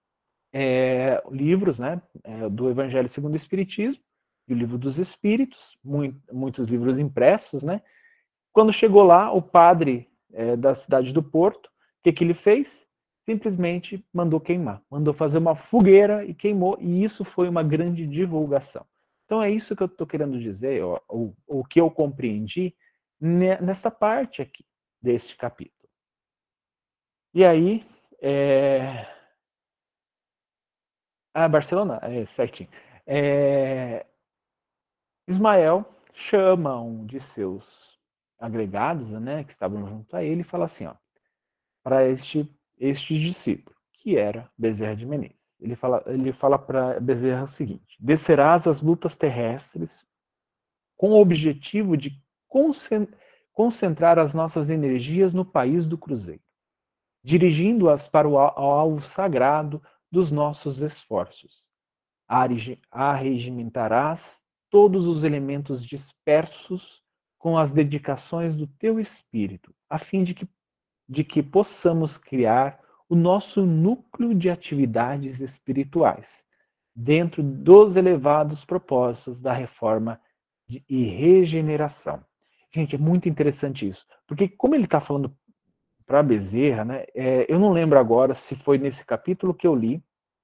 é, livros, né, é, do Evangelho segundo o Espiritismo, e o Livro dos Espíritos, muito, muitos livros impressos, né. Quando chegou lá, o padre é, da cidade do Porto, o que, que ele fez? Simplesmente mandou queimar, mandou fazer uma fogueira e queimou, e isso foi uma grande divulgação. Então é isso que eu estou querendo dizer, ó, o, o que eu compreendi nessa parte aqui, deste capítulo. E aí, é... ah, Barcelona, é certinho. É... Ismael chama um de seus agregados, né, que estavam junto a ele, e fala assim, ó, para este, este discípulo, que era Bezerra de Menezes. Ele fala, ele fala para Bezerra o seguinte: descerás as lutas terrestres com o objetivo de concentrar as nossas energias no país do Cruzeiro, dirigindo-as para o alvo sagrado dos nossos esforços. Arregimentarás todos os elementos dispersos com as dedicações do teu espírito, a fim de que, de que possamos criar o nosso núcleo de atividades espirituais, dentro dos elevados propósitos da reforma de, e regeneração. Gente, é muito interessante isso, porque como ele está falando para Bezerra, né, é, eu não lembro agora se foi nesse capítulo que eu li,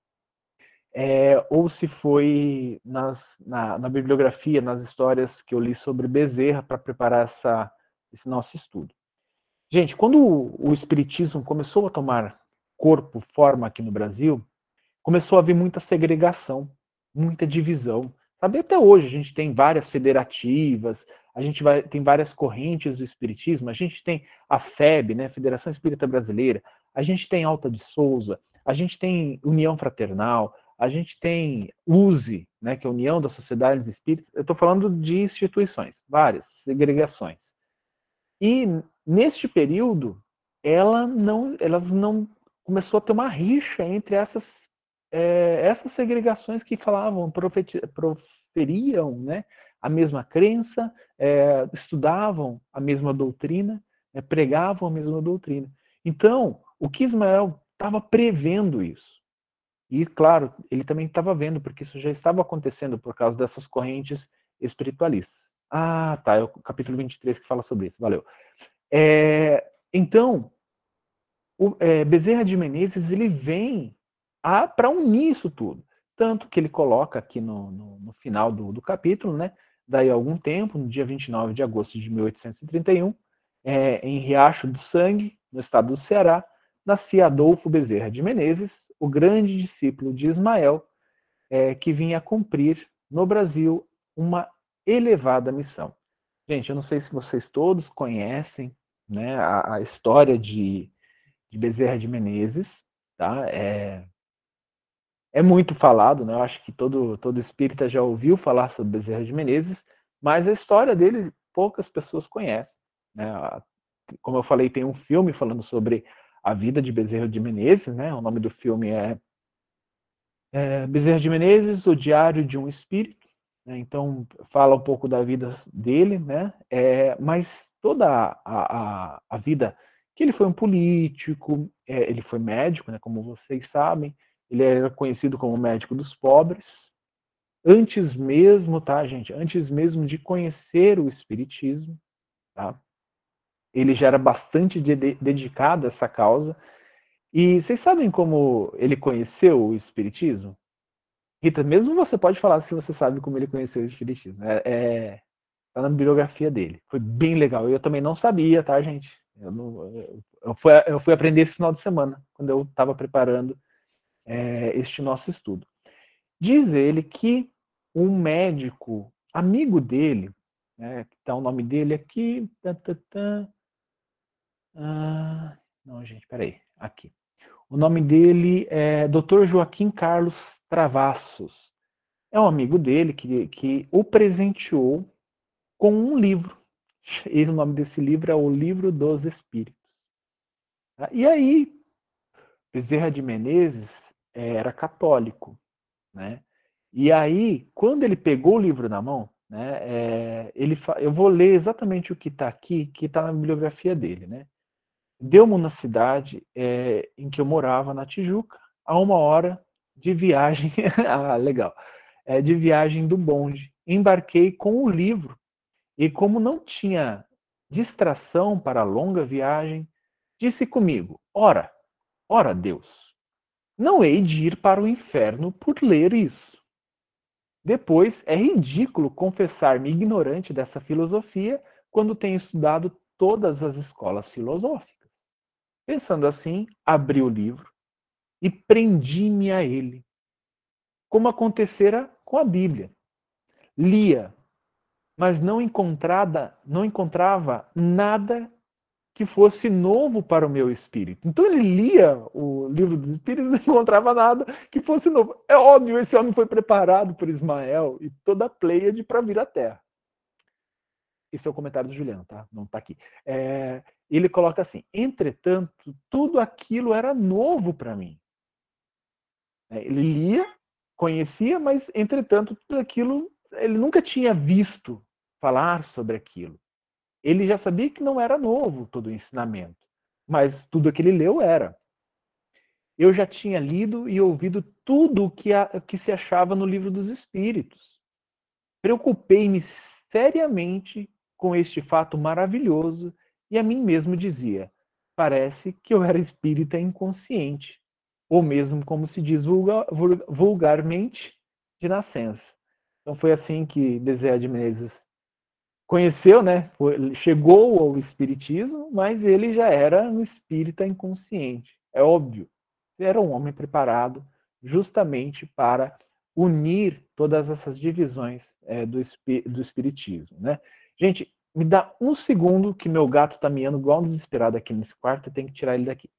É, ou se foi nas, na, na bibliografia, nas histórias que eu li sobre Bezerra para preparar essa, esse nosso estudo. Gente, quando o, o Espiritismo começou a tomar corpo, forma aqui no Brasil, começou a haver muita segregação, muita divisão. Sabe, até hoje a gente tem várias federativas, a gente vai, tem várias correntes do Espiritismo, a gente tem a F E B, né, Federação Espírita Brasileira, a gente tem Alta de Souza, a gente tem União Fraternal, a gente tem U S E, né, que é a União das Sociedades Espíritas. Eu estou falando de instituições, várias segregações. E neste período, ela não, elas não começou a ter uma rixa entre essas, é, essas segregações que falavam, profeti, proferiam, né, a mesma crença, é, estudavam a mesma doutrina, é, pregavam a mesma doutrina. Então, o que Ismael estava prevendo isso. E, claro, ele também estava vendo, porque isso já estava acontecendo por causa dessas correntes espiritualistas. Ah, tá, é o capítulo vinte e três que fala sobre isso, valeu. É, então, o é, Bezerra de Menezes, ele vem para unir isso tudo. Tanto que ele coloca aqui no, no, no final do, do capítulo, né, daí a algum tempo, no dia vinte e nove de agosto de mil oitocentos e trinta e um, é, em Riacho do Sangue, no estado do Ceará, nascia Adolfo Bezerra de Menezes, o grande discípulo de Ismael, é, que vinha cumprir no Brasil uma elevada missão. Gente, eu não sei se vocês todos conhecem, né, a, a história de, de Bezerra de Menezes, tá? É, é muito falado, né? Eu acho que todo, todo espírita já ouviu falar sobre Bezerra de Menezes, mas a história dele poucas pessoas conhecem, né? Como eu falei, tem um filme falando sobre a vida de Bezerra de Menezes, né? O nome do filme é, é Bezerra de Menezes, O Diário de um Espírito, né? Então fala um pouco da vida dele, né? É, mas toda a, a, a vida que ele foi um político, é, ele foi médico, né? Como vocês sabem, ele era conhecido como médico dos pobres. Antes mesmo, tá, gente? Antes mesmo de conhecer o espiritismo, tá? Ele já era bastante de, de, dedicado a essa causa. E vocês sabem como ele conheceu o espiritismo? Rita, mesmo você pode falar se você sabe como ele conheceu o espiritismo. É, é tá na bibliografia dele. Foi bem legal. Eu também não sabia, tá, gente? Eu, não, eu, fui, eu fui aprender esse final de semana, quando eu estava preparando é, este nosso estudo. Diz ele que um médico amigo dele, né, que tá o nome dele aqui, tá, tá, tá, ah, não, gente, peraí, aqui. O nome dele é doutor Joaquim Carlos Travassos. É um amigo dele que, que o presenteou com um livro. E o nome desse livro é O Livro dos Espíritos. E aí, Bezerra de Menezes era católico, né? E aí, quando ele pegou o livro na mão, né, é, ele fa... eu vou ler exatamente o que está aqui, que está na bibliografia dele, né? Deu-me na cidade é, em que eu morava, na Tijuca, a uma hora de viagem, ah, legal, é, de viagem do bonde. Embarquei com o livro e como não tinha distração para a longa viagem, disse comigo, ora, ora Deus, não hei de ir para o inferno por ler isso. Depois, é ridículo confessar-me ignorante dessa filosofia quando tenho estudado todas as escolas filosóficas. Pensando assim, abri o livro e prendi-me a ele, como acontecera com a Bíblia. Lia, mas não, encontrada, não encontrava nada que fosse novo para o meu espírito. Então ele lia o livro dos espíritos e não encontrava nada que fosse novo. É óbvio, esse homem foi preparado por Ismael e toda a Pleiade para vir à Terra. Esse é o comentário do Juliano, tá? Não está aqui. É, ele coloca assim, entretanto, tudo aquilo era novo para mim. Ele lia, conhecia, mas, entretanto, tudo aquilo, ele nunca tinha visto falar sobre aquilo. Ele já sabia que não era novo todo o ensinamento, mas tudo que ele leu era. Eu já tinha lido e ouvido tudo o que, que se achava no Livro dos Espíritos. Preocupei-me seriamente com este fato maravilhoso e a mim mesmo dizia, parece que eu era espírita inconsciente, ou mesmo como se diz vulgar, vulgarmente, de nascença. Então foi assim que Bezerra de Menezes conheceu, né? Foi, chegou ao espiritismo, mas ele já era um espírita inconsciente. É óbvio. Ele era um homem preparado justamente para unir todas essas divisões é, do, do espiritismo, né? Gente, me dá um segundo que meu gato tá miando igual um desesperado aqui nesse quarto, eu tenho que tirar ele daqui.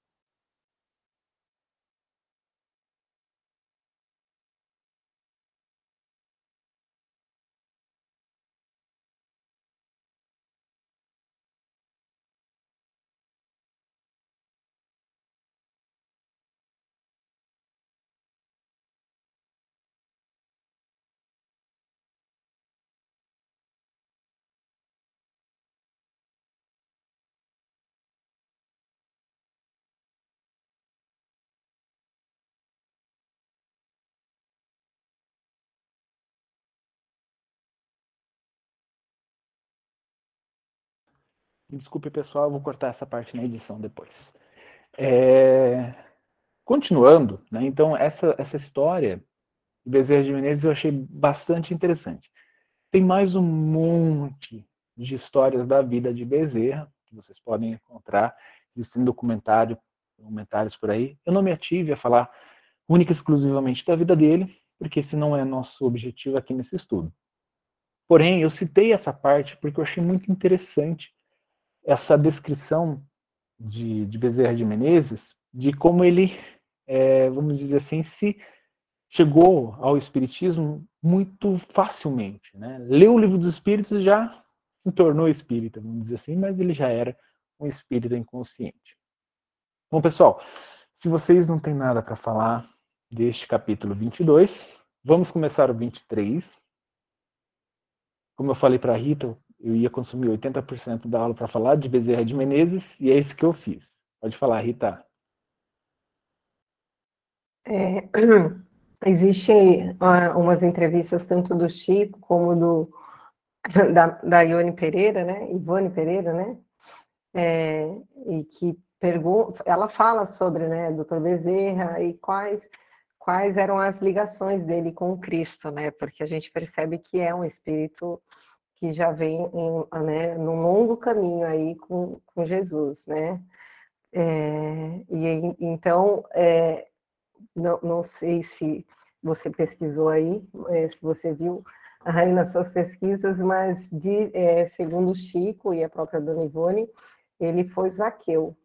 Desculpe, pessoal, eu vou cortar essa parte na edição depois. É... Continuando, né, então essa, essa história de Bezerra de Menezes eu achei bastante interessante. Tem mais um monte de histórias da vida de Bezerra, que vocês podem encontrar, existem documentário, documentários por aí. Eu não me ative a falar única e exclusivamente da vida dele, porque esse não é nosso objetivo aqui nesse estudo. Porém, eu citei essa parte porque eu achei muito interessante essa descrição de, de Bezerra de Menezes, de como ele, é, vamos dizer assim, se chegou ao espiritismo muito facilmente, né? Leu o Livro dos Espíritos e já se tornou espírita, vamos dizer assim, mas ele já era um espírita inconsciente. Bom, pessoal, se vocês não têm nada para falar deste capítulo vinte e dois, vamos começar o vinte e três. Como eu falei para a Rita, eu ia consumir oitenta por cento da aula para falar de Bezerra de Menezes, e é isso que eu fiz. Pode falar, Rita. É, Existem uh, umas entrevistas tanto do Chico como do, da, da Ione Pereira, né? Ivone Pereira, né? É, e que pergunta, ela fala sobre, né, doutor Bezerra e quais, quais eram as ligações dele com o Cristo, né? Porque a gente percebe que é um espírito que já vem em, né, num longo caminho aí com, com Jesus, né? É, e então, é, não, não sei se você pesquisou aí, é, se você viu aí nas suas pesquisas, mas de, é, segundo o Chico e a própria Dona Ivone, ele foi Zaqueu,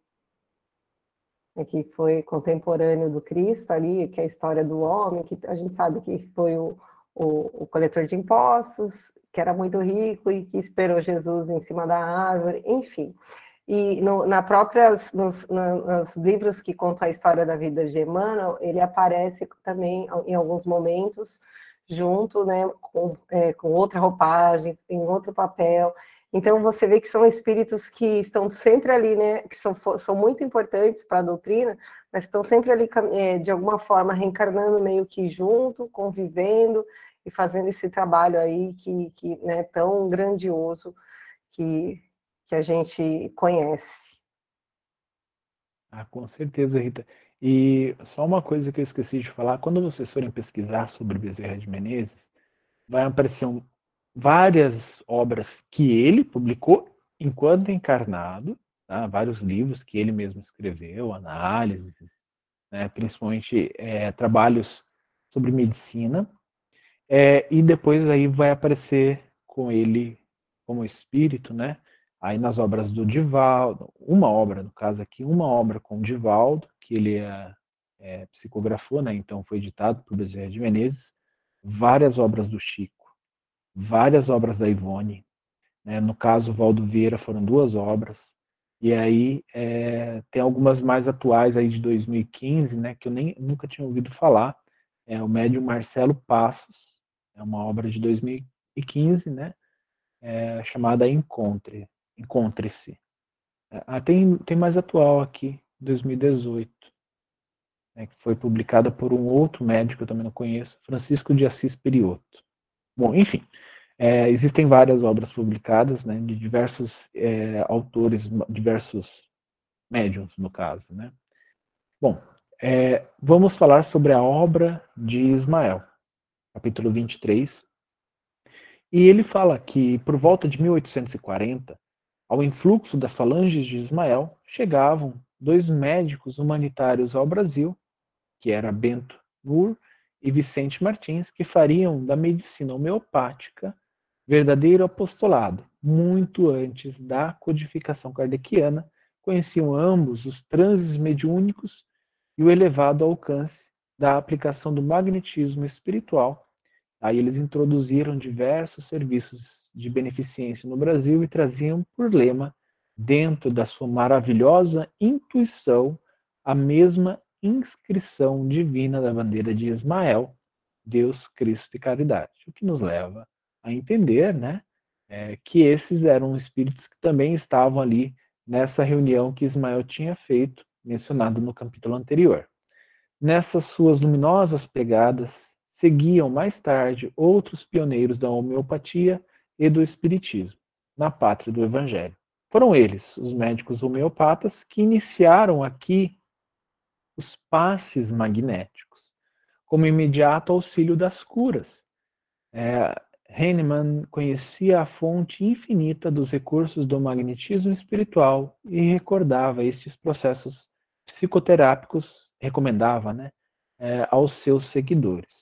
né, que foi contemporâneo do Cristo ali, que é a história do homem, que a gente sabe que foi o, o, o coletor de impostos, que era muito rico e que esperou Jesus em cima da árvore, enfim. E no, na próprias, nos, na, nos livros que contam a história da vida de Emmanuel, ele aparece também em alguns momentos, junto, né, com, é, com outra roupagem, em outro papel. Então, você vê que são espíritos que estão sempre ali, né, que são, são muito importantes para a doutrina, mas estão sempre ali, é, de alguma forma, reencarnando meio que junto, convivendo e fazendo esse trabalho aí que, que né, tão grandioso que, que a gente conhece. Ah, com certeza, Rita. E só uma coisa que eu esqueci de falar, quando vocês forem pesquisar sobre Bezerra de Menezes, vai aparecer um, várias obras que ele publicou enquanto encarnado, tá? Vários livros que ele mesmo escreveu, análises, né? Principalmente é, trabalhos sobre medicina, é, e depois aí vai aparecer com ele como espírito, né? Aí nas obras do Divaldo, uma obra, no caso aqui, uma obra com o Divaldo, que ele é, é, psicografou, né? Então foi editado por Bezerra de Menezes, várias obras do Chico, várias obras da Ivone, né? No caso, Valdo Vieira foram duas obras, e aí é, tem algumas mais atuais aí de dois mil e quinze, né? Que eu nem, nunca tinha ouvido falar, é o médium Marcelo Passos, é uma obra de dois mil e quinze, né? É, chamada Encontre, Encontre-se. Ah, tem, tem mais atual aqui, dois mil e dezoito, né, que foi publicada por um outro médico que eu também não conheço, Francisco de Assis Periotto. Bom, enfim, é, existem várias obras publicadas, né, de diversos é, autores, diversos médiums, no caso, né. Bom, é, vamos falar sobre a obra de Ismael, capítulo vinte e três, e ele fala que por volta de mil oitocentos e quarenta, ao influxo das falanges de Ismael, chegavam dois médicos humanitários ao Brasil, que era Bento Nur e Vicente Martins, que fariam da medicina homeopática verdadeiro apostolado. Muito antes da codificação kardeciana, conheciam ambos os transes mediúnicos e o elevado alcance da aplicação do magnetismo espiritual. Aí eles introduziram diversos serviços de beneficência no Brasil e traziam por lema, dentro da sua maravilhosa intuição, a mesma inscrição divina da bandeira de Ismael, Deus, Cristo e caridade. O que nos leva a entender, né, é, que esses eram espíritos que também estavam ali nessa reunião que Ismael tinha feito, mencionado no capítulo anterior. Nessas suas luminosas pegadas, seguiam mais tarde outros pioneiros da homeopatia e do espiritismo, na pátria do Evangelho. Foram eles, os médicos homeopatas, que iniciaram aqui os passes magnéticos, como imediato auxílio das curas. É, Hahnemann conhecia a fonte infinita dos recursos do magnetismo espiritual e recordava estes processos psicoterápicos, recomendava, né, é, aos seus seguidores.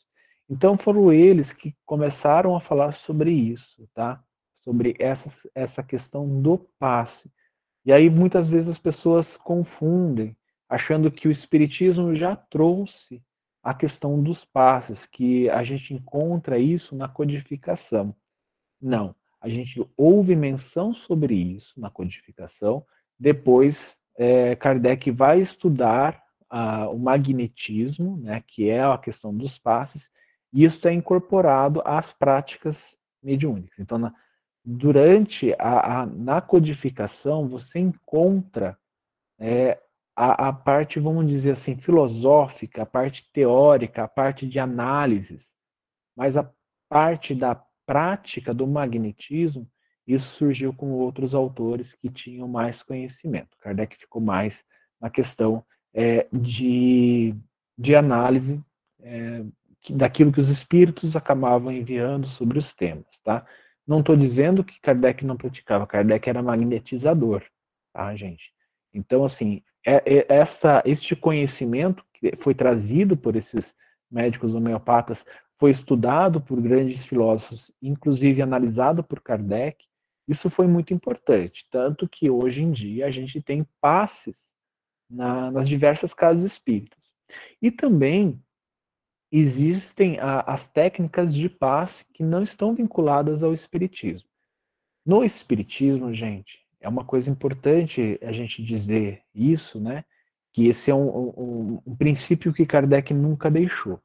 Então foram eles que começaram a falar sobre isso, tá? Sobre essa, essa questão do passe. E aí muitas vezes as pessoas confundem, achando que o Espiritismo já trouxe a questão dos passes, que a gente encontra isso na codificação. Não, a gente houve menção sobre isso na codificação, depois é, Kardec vai estudar ah, o magnetismo, né, que é a questão dos passes, e isso é incorporado às práticas mediúnicas. Então, na, durante a, a, na codificação, você encontra é, a, a parte, vamos dizer assim, filosófica, a parte teórica, a parte de análises, mas a parte da prática do magnetismo, isso surgiu com outros autores que tinham mais conhecimento. Kardec ficou mais na questão é, de, de análise é, daquilo que os espíritos acabavam enviando sobre os temas, tá? Não estou dizendo que Kardec não praticava, Kardec era magnetizador, tá, gente? Então, assim, é, é essa, este conhecimento que foi trazido por esses médicos homeopatas foi estudado por grandes filósofos, inclusive analisado por Kardec, isso foi muito importante, tanto que hoje em dia a gente tem passes na, nas diversas casas espíritas. E também existem a, as técnicas de passe que não estão vinculadas ao espiritismo. No espiritismo, gente, é uma coisa importante a gente dizer isso, né? Que esse é um, um, um princípio que Kardec nunca deixou,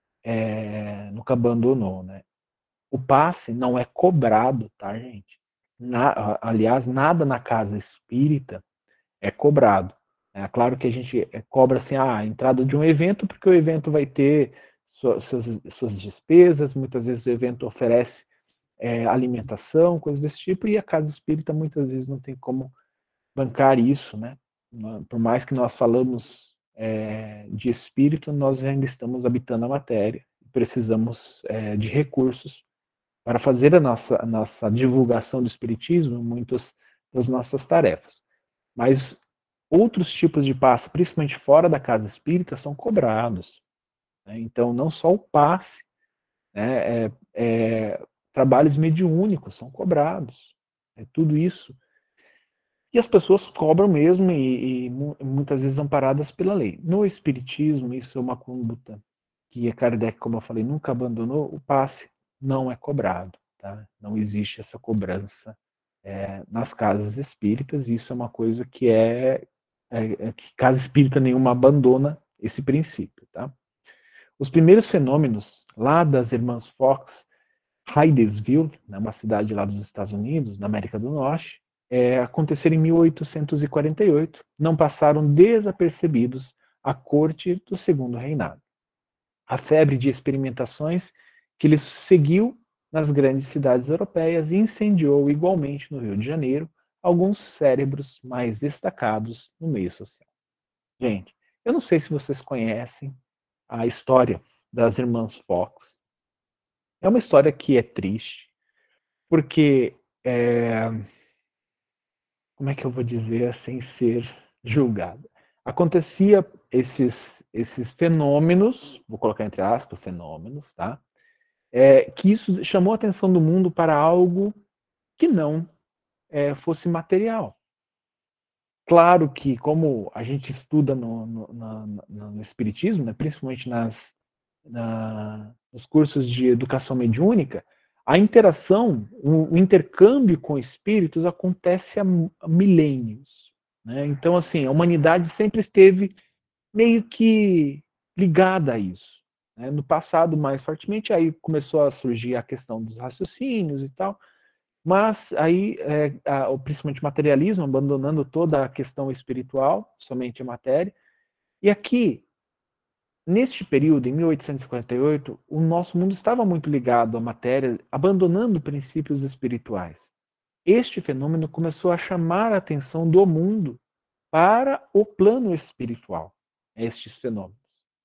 é, nunca abandonou, né? O passe não é cobrado, tá, gente? Na, aliás, nada na casa espírita é cobrado. É claro que a gente cobra assim, ah, a entrada de um evento, porque o evento vai ter suas, suas despesas, muitas vezes o evento oferece é, alimentação, coisas desse tipo, e a casa espírita muitas vezes não tem como bancar isso, né? Por mais que nós falamos é, de espírito, nós ainda estamos habitando a matéria, precisamos é, de recursos para fazer a nossa, a nossa divulgação do espiritismo, muitas das nossas tarefas. Mas outros tipos de passe, principalmente fora da casa espírita, são cobrados. Né? Então, não só o passe, né, é, é, trabalhos mediúnicos são cobrados. É tudo isso. E as pessoas cobram mesmo e, e muitas vezes amparadas pela lei. No espiritismo, isso é uma conduta que a Kardec, como eu falei, nunca abandonou. O passe não é cobrado. Tá? Não existe essa cobrança é, nas casas espíritas. Isso é uma coisa que é, é, é que casa espírita nenhuma abandona esse princípio. Tá? Os primeiros fenômenos lá das irmãs Fox, Hydesville, né, uma cidade lá dos Estados Unidos, na América do Norte, é, aconteceram em mil oitocentos e quarenta e oito, não passaram desapercebidos à corte do Segundo Reinado. A febre de experimentações que lhes seguiu nas grandes cidades europeias incendiou igualmente no Rio de Janeiro alguns cérebros mais destacados no meio social. Gente, eu não sei se vocês conhecem a história das irmãs Fox. É uma história que é triste, porque é, como é que eu vou dizer sem ser julgada? Acontecia esses, esses fenômenos, vou colocar entre aspas, fenômenos, tá? É, que isso chamou a atenção do mundo para algo que não é, fosse material. Claro que, como a gente estuda no, no, no, no Espiritismo, né, principalmente nas, na, nos cursos de educação mediúnica, a interação, o, o intercâmbio com espíritos acontece há, há milênios. Né? Então, assim, a humanidade sempre esteve meio que ligada a isso. Né? No passado, mais fortemente, aí começou a surgir a questão dos raciocínios e tal, mas aí, é, a, principalmente o materialismo, abandonando toda a questão espiritual, somente a matéria. E aqui, neste período, em mil oitocentos e quarenta e oito, o nosso mundo estava muito ligado à matéria, abandonando princípios espirituais. Este fenômeno começou a chamar a atenção do mundo para o plano espiritual, estes fenômenos.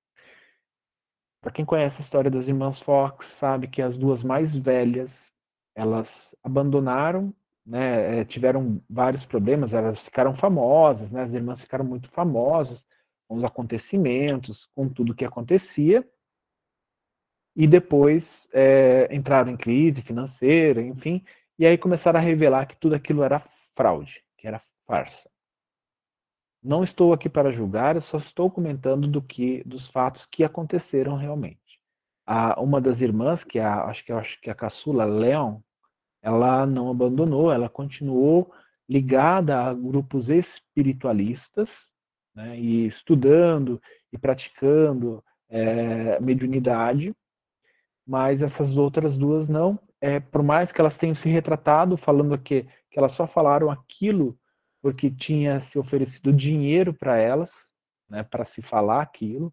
Para quem conhece a história das irmãs Fox, sabe que as duas mais velhas, elas abandonaram, né, tiveram vários problemas, elas ficaram famosas, né, as irmãs ficaram muito famosas com os acontecimentos, com tudo que acontecia. e depois é, entraram em crise financeira, enfim, e aí começaram a revelar que tudo aquilo era fraude, que era farsa. Não estou aqui para julgar, eu só estou comentando do que, dos fatos que aconteceram realmente. A, uma das irmãs, que é a, acho que acho que é a caçula Leon, ela não abandonou, ela continuou ligada a grupos espiritualistas, né, e estudando e praticando é, mediunidade, mas essas outras duas não. É, por mais que elas tenham se retratado, falando que, que elas só falaram aquilo porque tinha se oferecido dinheiro para elas, né, para se falar aquilo,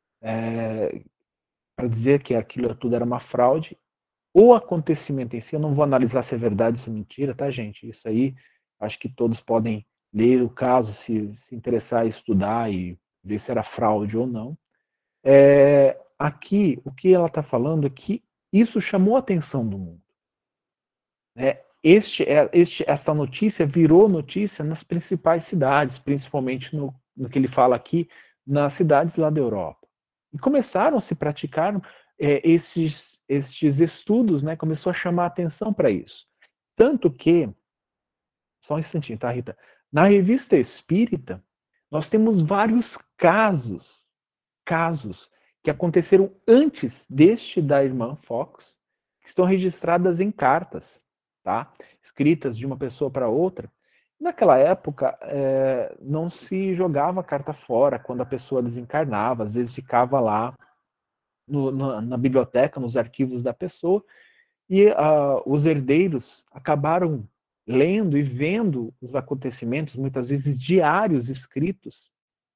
é, para dizer que aquilo tudo era uma fraude. O acontecimento em si, eu não vou analisar se é verdade ou se é mentira, tá, gente? Isso aí, acho que todos podem ler o caso, se, se interessar, estudar e ver se era fraude ou não. É, aqui, o que ela está falando é que isso chamou a atenção do mundo. É, este, este, esta notícia virou notícia nas principais cidades, principalmente no, no que ele fala aqui, nas cidades lá da Europa. E começaram a se praticar é, esses, estes estudos, né? Começou a chamar a atenção para isso. Tanto que, só um instantinho, tá, Rita? Na revista Espírita, nós temos vários casos, casos que aconteceram antes deste da irmã Fox, que estão registradas em cartas, tá? Escritas de uma pessoa para outra. Naquela época, é, não se jogava a carta fora quando a pessoa desencarnava, às vezes ficava lá no, no, na biblioteca, nos arquivos da pessoa, e uh, os herdeiros acabaram lendo e vendo os acontecimentos, muitas vezes diários escritos,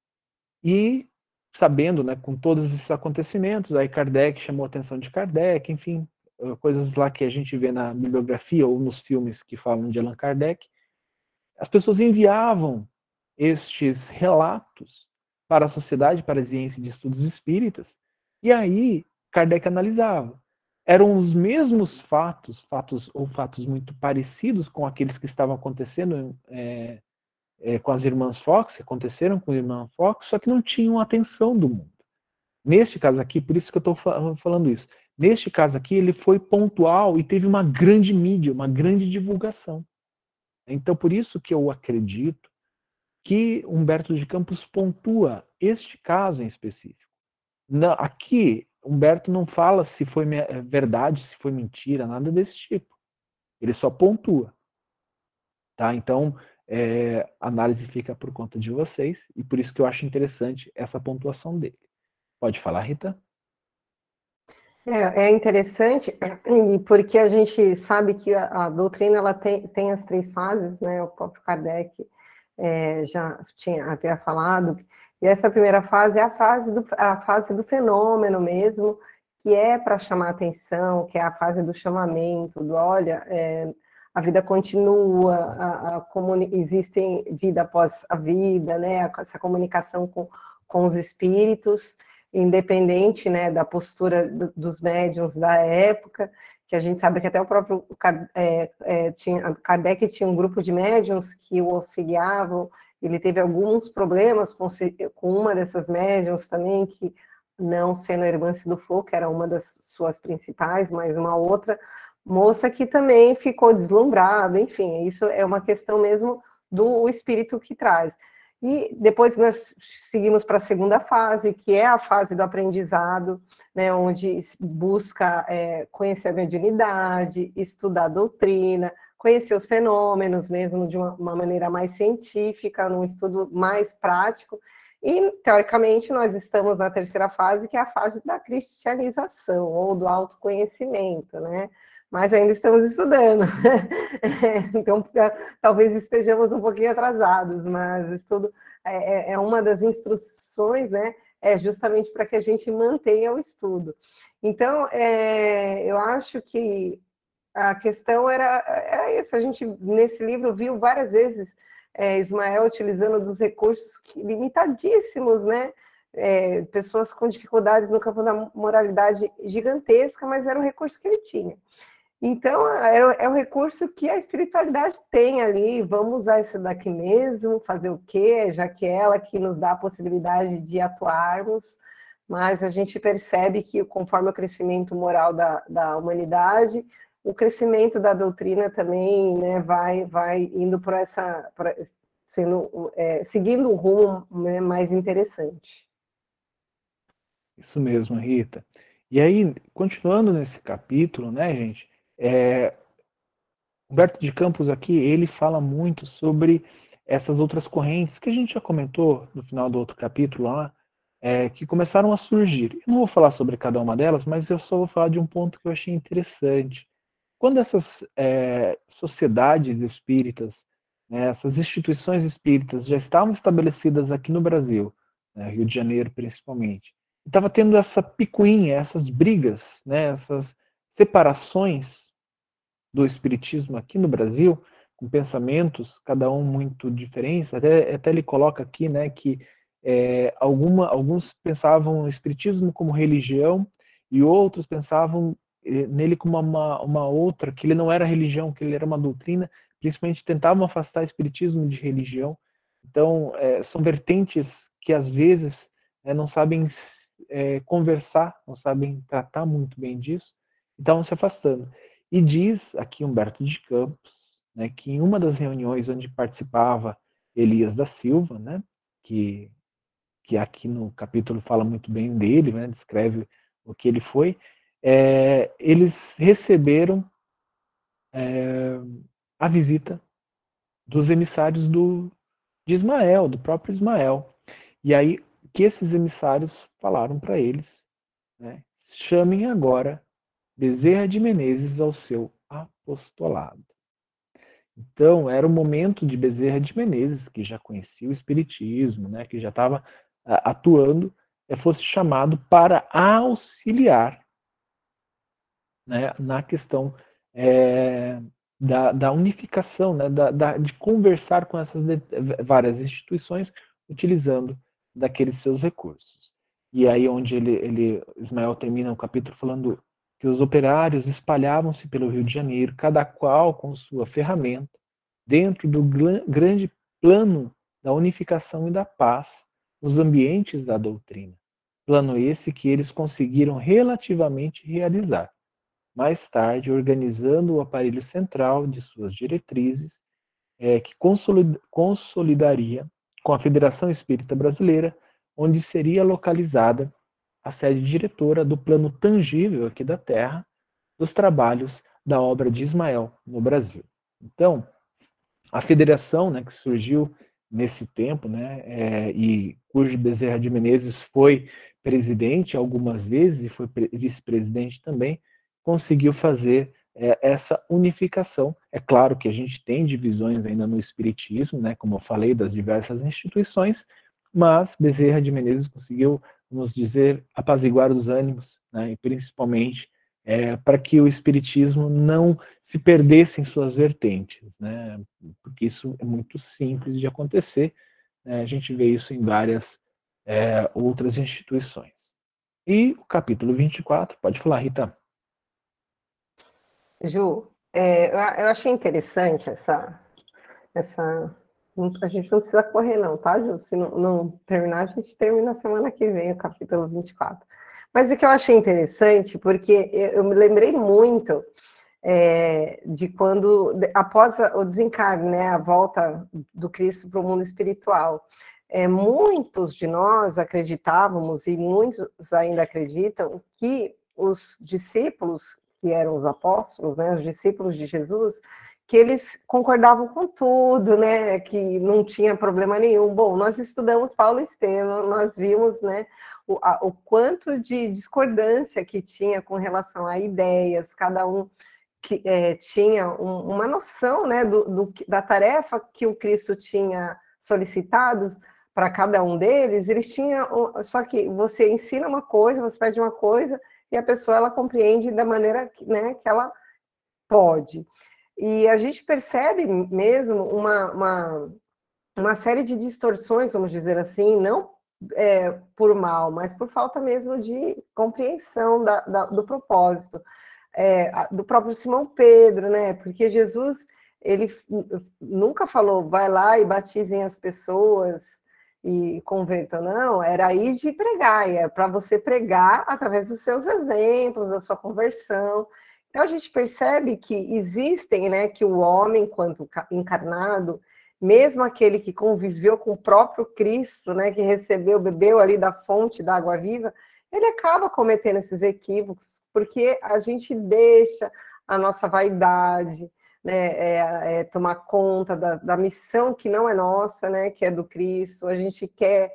e sabendo, né, com todos esses acontecimentos, aí Kardec chamou a atenção de Kardec, enfim, coisas lá que a gente vê na bibliografia ou nos filmes que falam de Allan Kardec, as pessoas enviavam estes relatos para a Sociedade Parisiense de Estudos Espíritas, e aí Kardec analisava. Eram os mesmos fatos, fatos ou fatos muito parecidos com aqueles que estavam acontecendo é, é, com as irmãs Fox, que aconteceram com a irmã Fox, só que não tinham a atenção do mundo. Neste caso aqui, por isso que eu estou falando isso, neste caso aqui ele foi pontual e teve uma grande mídia, uma grande divulgação. Então, por isso que eu acredito que Humberto de Campos pontua este caso em específico. Não, aqui, Humberto não fala se foi verdade, se foi mentira, nada desse tipo. Ele só pontua. Tá? Então, é, a análise fica por conta de vocês, e por isso que eu acho interessante essa pontuação dele. Pode falar, Rita? É, é interessante, porque a gente sabe que a, a doutrina ela tem, tem as três fases, né? O próprio Kardec é, já tinha havia falado, e essa primeira fase é a fase do, a fase do fenômeno mesmo, que é para chamar atenção, que é a fase do chamamento, do olha, é, a vida continua, a, a comuni- existe vida após a vida, né? Essa comunicação com, com os espíritos, independente, né, da postura do, dos médiuns da época, que a gente sabe que até o próprio é, é, tinha, Kardec tinha um grupo de médiuns que o auxiliavam, ele teve alguns problemas com, com uma dessas médiuns também, que não sendo a irmã Cidufo, que era uma das suas principais, mas uma outra moça que também ficou deslumbrada, enfim, isso é uma questão mesmo do espírito que traz. E depois nós seguimos para a segunda fase, que é a fase do aprendizado, né, onde busca é, conhecer a mediunidade, estudar a doutrina, conhecer os fenômenos mesmo de uma, uma maneira mais científica, num estudo mais prático. E, teoricamente, nós estamos na terceira fase, que é a fase da cristianização, ou do autoconhecimento, né? Mas ainda estamos estudando. Então, talvez estejamos um pouquinho atrasados, mas estudo é, é uma das instruções, né? É justamente para que a gente mantenha o estudo. Então, é, eu acho que a questão era, era isso. A gente, nesse livro, viu várias vezes é, Ismael utilizando dos recursos limitadíssimos, né? É, pessoas com dificuldades no campo da moralidade gigantesca, mas era o recurso que ele tinha. Então, é o recurso que a espiritualidade tem ali, vamos usar esse daqui mesmo, fazer o quê? Já que é ela que nos dá a possibilidade de atuarmos, mas a gente percebe que, conforme o crescimento moral da, da humanidade, o crescimento da doutrina também, né, vai, vai indo por essa, por, sendo, é, seguindo um rumo, né, mais interessante. Isso mesmo, Rita. E aí, continuando nesse capítulo, né, gente, é, Humberto de Campos aqui, ele fala muito sobre essas outras correntes que a gente já comentou no final do outro capítulo lá, é, que começaram a surgir. Eu não vou falar sobre cada uma delas, mas eu só vou falar de um ponto que eu achei interessante. Quando essas é, sociedades espíritas, né, essas instituições espíritas já estavam estabelecidas aqui no Brasil, né, Rio de Janeiro principalmente, estava tendo essa picuinha, essas brigas, né, essas separações do espiritismo aqui no Brasil, com pensamentos, cada um muito diferentes, até, até ele coloca aqui, né, que é, alguma, alguns pensavam o espiritismo como religião e outros pensavam eh, nele como uma, uma outra, que ele não era religião, que ele era uma doutrina, principalmente tentavam afastar o espiritismo de religião. Então, é, são vertentes que às vezes é, não sabem é, conversar, não sabem tratar muito bem disso, e estavam se afastando. E diz aqui Humberto de Campos, né, que em uma das reuniões onde participava Elias da Silva, né, que, que aqui no capítulo fala muito bem dele, né, descreve o que ele foi, é, eles receberam é, a visita dos emissários do, de Ismael, do próprio Ismael. E aí que esses emissários falaram para eles, né, chamem agora Bezerra de Menezes ao seu apostolado. Então, era o momento de Bezerra de Menezes, que já conhecia o Espiritismo, né, que já estava atuando, fosse chamado para auxiliar, né, na questão é, da, da, unificação, né, da, da, de conversar com essas de, várias instituições, utilizando daqueles seus recursos. E aí onde ele, ele, Ismael termina o capítulo falando que os operários espalhavam-se pelo Rio de Janeiro, cada qual com sua ferramenta, dentro do grande plano da unificação e da paz nos ambientes da doutrina. Plano esse que eles conseguiram relativamente realizar. Mais tarde, organizando o aparelho central de suas diretrizes, é, que consolid consolidaria com a Federação Espírita Brasileira, onde seria localizada a sede diretora do plano tangível aqui da Terra, dos trabalhos da obra de Ismael no Brasil. Então, a federação, né, que surgiu nesse tempo, né, é, e cujo Bezerra de Menezes foi presidente algumas vezes e foi vice-presidente também, conseguiu fazer é, essa unificação. É claro que a gente tem divisões ainda no espiritismo, né, como eu falei, das diversas instituições, mas Bezerra de Menezes conseguiu, vamos dizer, apaziguar os ânimos, né, e principalmente é, para que o espiritismo não se perdesse em suas vertentes, né, porque isso é muito simples de acontecer, né, a gente vê isso em várias é, outras instituições. E o capítulo vinte e quatro, pode falar, Rita. Ju, é, eu achei interessante essa, essa... A gente não precisa correr não, tá, Ju? Se não, não terminar, a gente termina a semana que vem, o capítulo vinte e quatro. Mas o que eu achei interessante, porque eu me lembrei muito é, de quando, após o desencarne, né, a volta do Cristo para o mundo espiritual, é, muitos de nós acreditávamos, e muitos ainda acreditam, que os discípulos, que eram os apóstolos, né, os discípulos de Jesus, que eles concordavam com tudo, né, que não tinha problema nenhum. Bom, nós estudamos Paulo e Estevão, nós vimos, né, o, a, o quanto de discordância que tinha com relação a ideias, cada um que é, tinha um, uma noção, né, do, do, da tarefa que o Cristo tinha solicitado para cada um deles. Eles tinham, só que você ensina uma coisa, você pede uma coisa, e a pessoa ela compreende da maneira, né, que ela pode. E a gente percebe mesmo uma, uma, uma série de distorções, vamos dizer assim, não é, por mal, mas por falta mesmo de compreensão da, da, do propósito. É, do próprio Simão Pedro, né? Porque Jesus, ele nunca falou, vai lá e batizem as pessoas, e convertam, não, era ir de pregar, é para você pregar através dos seus exemplos, da sua conversão. Então a gente percebe que existem, né, que o homem, enquanto encarnado, mesmo aquele que conviveu com o próprio Cristo, né, que recebeu, bebeu ali da fonte da água viva, ele acaba cometendo esses equívocos, porque a gente deixa a nossa vaidade, né, é, é, tomar conta da, da missão que não é nossa, né, que é do Cristo. A gente quer,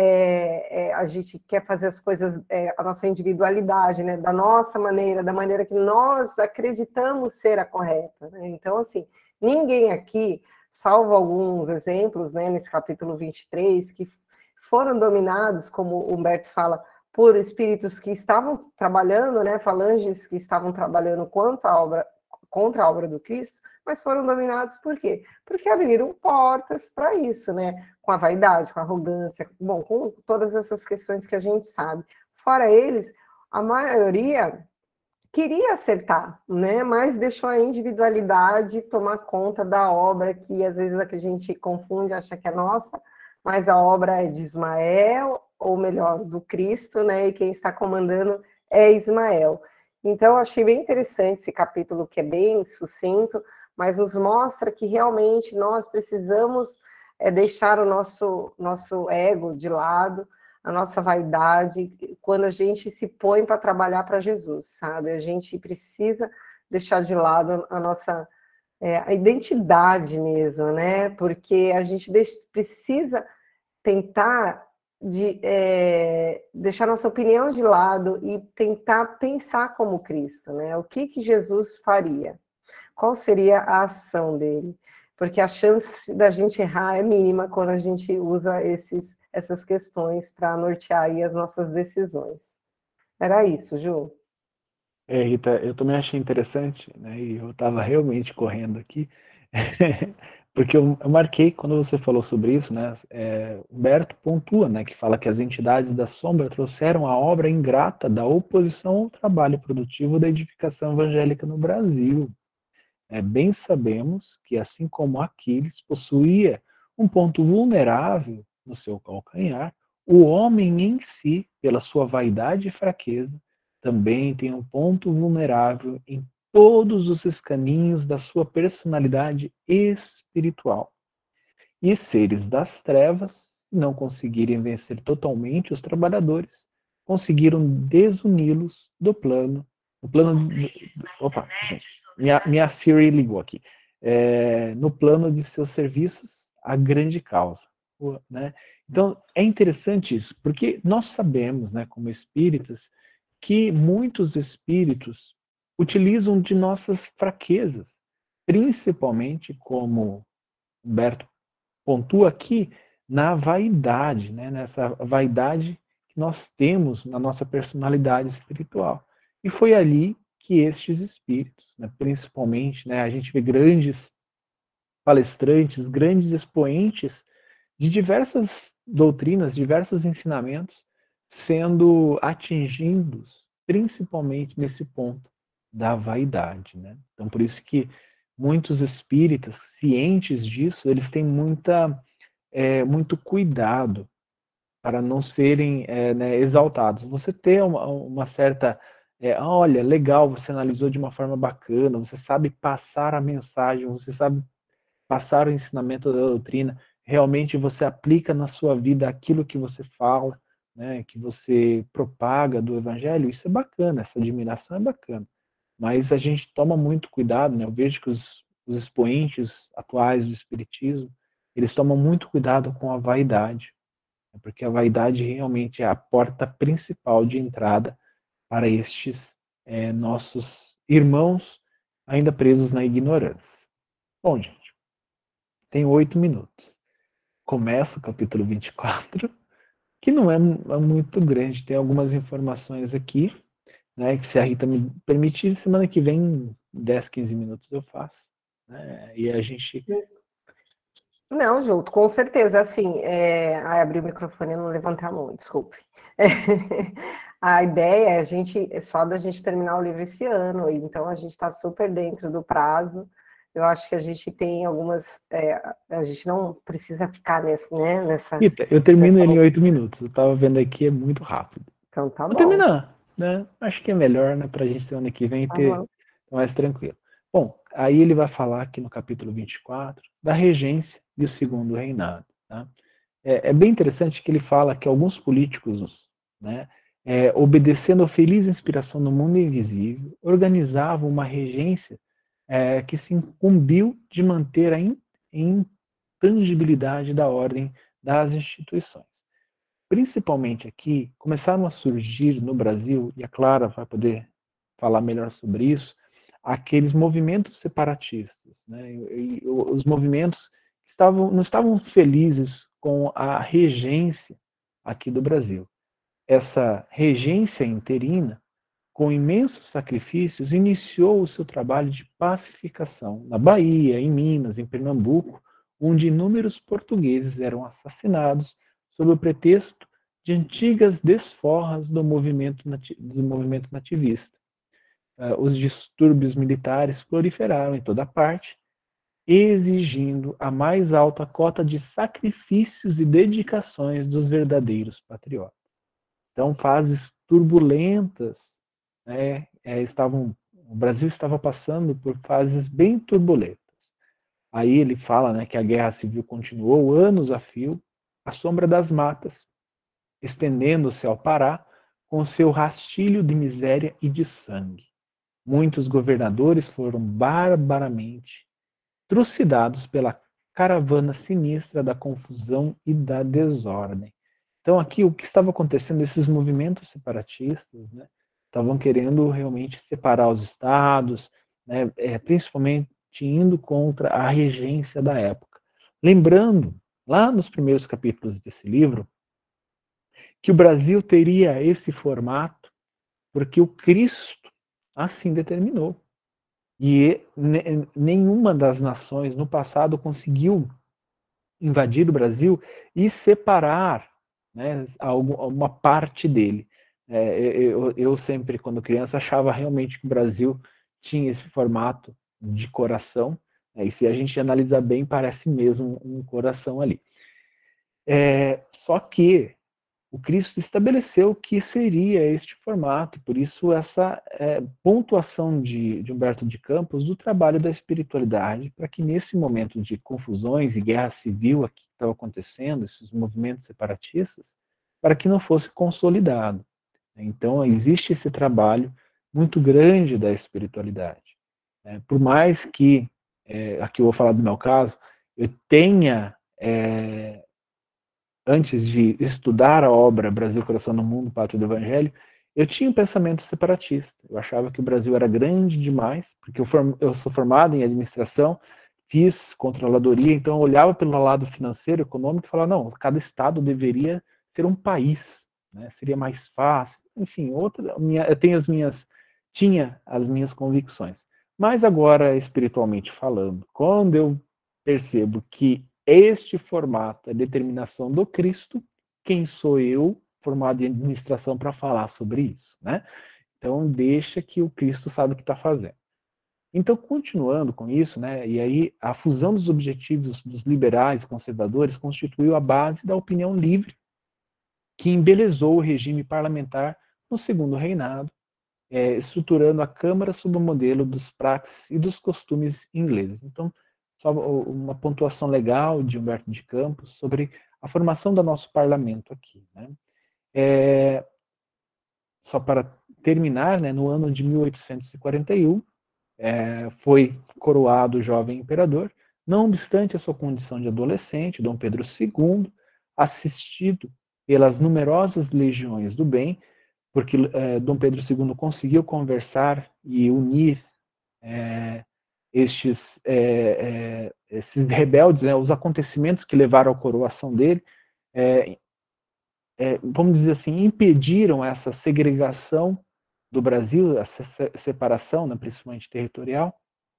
é, é, a gente quer fazer as coisas, é, a nossa individualidade, né, da nossa maneira, da maneira que nós acreditamos ser a correta, né? Então, assim, ninguém aqui, salvo alguns exemplos, né, nesse capítulo vinte e três, que foram dominados, como o Humberto fala, por espíritos que estavam trabalhando, né, falanges que estavam trabalhando contra a obra, contra a obra do Cristo, mas foram dominados por quê? Porque abriram portas para isso, né? Com a vaidade, com a arrogância, bom, com todas essas questões que a gente sabe. Fora eles, a maioria queria acertar, né? Mas deixou a individualidade tomar conta da obra, que às vezes a que a gente confunde, acha que é nossa, mas a obra é de Ismael, ou melhor, do Cristo, né? E quem está comandando é Ismael. Então, eu achei bem interessante esse capítulo, que é bem sucinto, mas nos mostra que realmente nós precisamos é, deixar o nosso, nosso ego de lado, a nossa vaidade, quando a gente se põe para trabalhar para Jesus, sabe? A gente precisa deixar de lado a nossa é, a identidade mesmo, né? Porque a gente precisa tentar de, é, deixar nossa opinião de lado e tentar pensar como Cristo, né? O que, que Jesus faria? Qual seria a ação dele? Porque a chance da gente errar é mínima quando a gente usa esses, essas questões para nortear aí as nossas decisões. Era isso, Ju. É, Rita, eu também achei interessante, né? E eu estava realmente correndo aqui, porque eu, eu marquei quando você falou sobre isso, né? É, Humberto pontua, né? Que fala que as entidades da sombra trouxeram a obra ingrata da oposição ao trabalho produtivo da edificação evangélica no Brasil. É, bem sabemos que, assim como Aquiles possuía um ponto vulnerável no seu calcanhar, o homem em si, pela sua vaidade e fraqueza, também tem um ponto vulnerável em todos os escaninhos da sua personalidade espiritual. E seres das trevas, se não conseguirem vencer totalmente os trabalhadores, conseguiram desuni-los do plano. Do plano do, opa, gente, minha, minha Siri ligou aqui. É, no plano de seus serviços à grande causa. Né? Então, é interessante isso, porque nós sabemos, né, como espíritas, que muitos espíritos utilizam de nossas fraquezas, principalmente, como Humberto pontua aqui, na vaidade, né? Nessa vaidade que nós temos na nossa personalidade espiritual. E foi ali que estes espíritos, né, principalmente, né, a gente vê grandes palestrantes, grandes expoentes de diversas doutrinas, diversos ensinamentos, sendo atingidos principalmente nesse ponto da vaidade, né? Então, por isso que muitos espíritas, cientes disso, eles têm muita, é, muito cuidado para não serem é, né, exaltados. Você ter uma, uma certa, é, olha, legal, você analisou de uma forma bacana, você sabe passar a mensagem, você sabe passar o ensinamento da doutrina, realmente você aplica na sua vida aquilo que você fala, né, que você propaga do evangelho, isso é bacana, essa admiração é bacana. Mas a gente toma muito cuidado, né? Eu vejo que os, os expoentes atuais do espiritismo, eles tomam muito cuidado com a vaidade, né, porque a vaidade realmente é a porta principal de entrada para estes é, nossos irmãos ainda presos na ignorância. Bom, gente, tem oito minutos. Começa o capítulo vinte e quatro, que não é muito grande, tem algumas informações aqui, né, que se a Rita me permitir, semana que vem, dez, quinze minutos eu faço. Né, e a gente... Não, junto, com certeza. Assim, é... Ai, abri o microfone e não levantei a mão, desculpe. É... A ideia é a gente, é só da gente terminar o livro esse ano, então a gente está super dentro do prazo. eu acho que a gente tem algumas, é, a gente não precisa ficar nessa, né, nessa... Rita, eu termino nessa... ele em oito minutos, eu estava vendo aqui, é muito rápido. Então tá Vou bom. terminar, né? Acho que é melhor, né, para a gente semana que vem ter Uhum. mais tranquilo. Bom, aí ele vai falar aqui no capítulo vinte e quatro da regência e o segundo reinado. Tá? É, é bem interessante que ele fala que alguns políticos, né, é, obedecendo a feliz inspiração do mundo invisível, organizavam uma regência é, que se incumbiu de manter a in, intangibilidade da ordem das instituições. Principalmente aqui, começaram a surgir no Brasil, e a Clara vai poder falar melhor sobre isso, aqueles movimentos separatistas, né? E, e, os movimentos que estavam, não estavam felizes com a regência aqui do Brasil. Essa regência interina, com imensos sacrifícios, iniciou o seu trabalho de pacificação na Bahia, em Minas, em Pernambuco, onde inúmeros portugueses eram assassinados sob o pretexto de antigas desforras do movimento, do movimento nativista. Uh, os distúrbios militares proliferaram em toda parte, exigindo a mais alta cota de sacrifícios e dedicações dos verdadeiros patriotas. Então, fases turbulentas, né, é, estavam, o Brasil estava passando por fases bem turbulentas. Aí ele fala, né, que a guerra civil continuou anos a fio, à sombra das matas, estendendo-se ao Pará com seu rastilho de miséria e de sangue. Muitos governadores foram barbaramente trucidados pela caravana sinistra da confusão e da desordem. Então, aqui, o que estava acontecendo, esses movimentos separatistas, né, estavam querendo realmente separar os estados, né, é, principalmente indo contra a regência da época. Lembrando, lá nos primeiros capítulos desse livro, que o Brasil teria esse formato porque o Cristo assim determinou. E nenhuma das nações no passado conseguiu invadir o Brasil e separar, né, uma parte dele. É, eu, eu sempre, quando criança, achava realmente que o Brasil tinha esse formato de coração, né, e se a gente analisar bem, parece mesmo um coração ali. É, só que o Cristo estabeleceu que seria este formato, por isso essa é, pontuação de, de Humberto de Campos do trabalho da espiritualidade, para que nesse momento de confusões e guerra civil aqui que estava acontecendo, esses movimentos separatistas, para que não fosse consolidado. Então existe esse trabalho muito grande da espiritualidade. É, por mais que, é, aqui eu vou falar do meu caso, eu tenha é, antes de estudar a obra Brasil, Coração no Mundo, Pátria do Evangelho, eu tinha um pensamento separatista. Eu achava que o Brasil era grande demais, porque eu, form, eu sou formado em administração, fiz controladoria, então eu olhava pelo lado financeiro, econômico e falava, não, cada estado deveria ser um país, né? Seria mais fácil. Enfim, outra, minha, eu tenho as minhas, tinha as minhas convicções. Mas agora, espiritualmente falando, quando eu percebo que este formato é determinação do Cristo, quem sou eu, formado em administração, para falar sobre isso, né? Então, deixa que o Cristo sabe o que está fazendo. Então, continuando com isso, né, e aí a fusão dos objetivos dos liberais e conservadores constituiu a base da opinião livre, que embelezou o regime parlamentar no segundo reinado, é, estruturando a Câmara sob o modelo dos praxes e dos costumes ingleses. Então, só uma pontuação legal de Humberto de Campos sobre a formação do nosso parlamento aqui. Né? É, só para terminar, né, no ano de mil oitocentos e quarenta e um, é, foi coroado o jovem imperador, não obstante a sua condição de adolescente, Dom Pedro segundo, assistido pelas numerosas legiões do bem, porque é, Dom Pedro segundo conseguiu conversar e unir é, estes, é, é, esses rebeldes, né, os acontecimentos que levaram à coroação dele, é, é, vamos dizer assim, impediram essa segregação do Brasil, essa separação, né, principalmente territorial,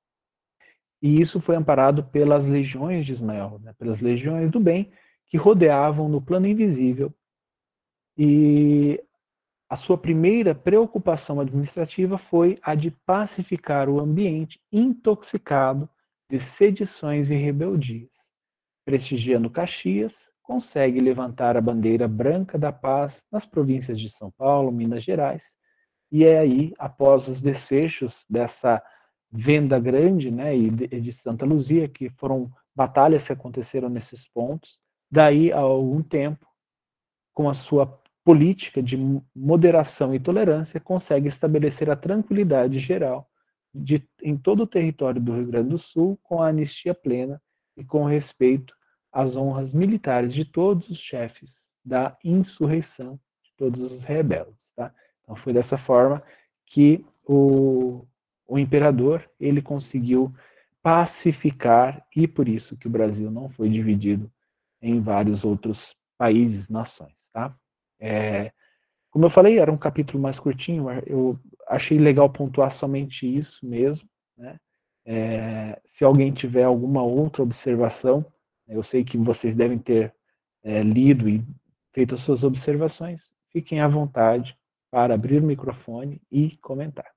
e isso foi amparado pelas legiões de Ismael, né, pelas legiões do bem, que rodeavam no plano invisível, e a sua primeira preocupação administrativa foi a de pacificar o ambiente intoxicado de sedições e rebeldias. Prestigiando Caxias, consegue levantar a bandeira branca da paz nas províncias de São Paulo, Minas Gerais, e é aí, após os desfechos dessa venda grande, né, e de, de Santa Luzia, que foram batalhas que aconteceram nesses pontos, daí a algum tempo, com a sua política de moderação e tolerância, consegue estabelecer a tranquilidade geral de, em todo o território do Rio Grande do Sul, com a anistia plena e com respeito às honras militares de todos os chefes da insurreição, de todos os rebeldes. Tá? Então foi dessa forma que o, o imperador ele conseguiu pacificar, e por isso que o Brasil não foi dividido em vários outros países, nações. Tá? É, como eu falei, era um capítulo mais curtinho, eu achei legal pontuar somente isso mesmo. Né? É, se alguém tiver alguma outra observação, eu sei que vocês devem ter é, lido e feito as suas observações, fiquem à vontade para abrir o microfone e comentar.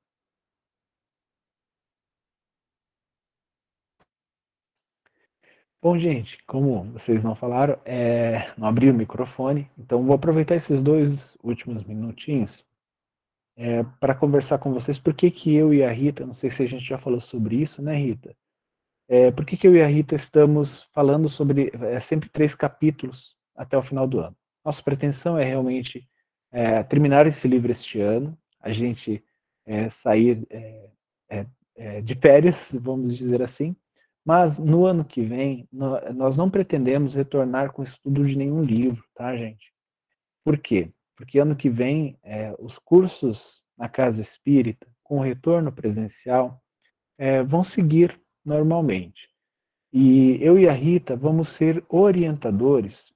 Bom, gente, como vocês não falaram, é, não abri o microfone, então vou aproveitar esses dois últimos minutinhos é, para conversar com vocês por que que eu e a Rita, não sei se a gente já falou sobre isso, né, Rita? É, por que que eu e a Rita estamos falando sobre é, sempre três capítulos até o final do ano? Nossa pretensão é realmente é, terminar esse livro este ano, a gente é, sair é, é, é, de férias, vamos dizer assim, mas no ano que vem nós não pretendemos retornar com o estudo de nenhum livro, tá, gente? Por quê? Porque ano que vem é, os cursos na Casa Espírita, com retorno presencial, é, vão seguir normalmente. E eu e a Rita vamos ser orientadores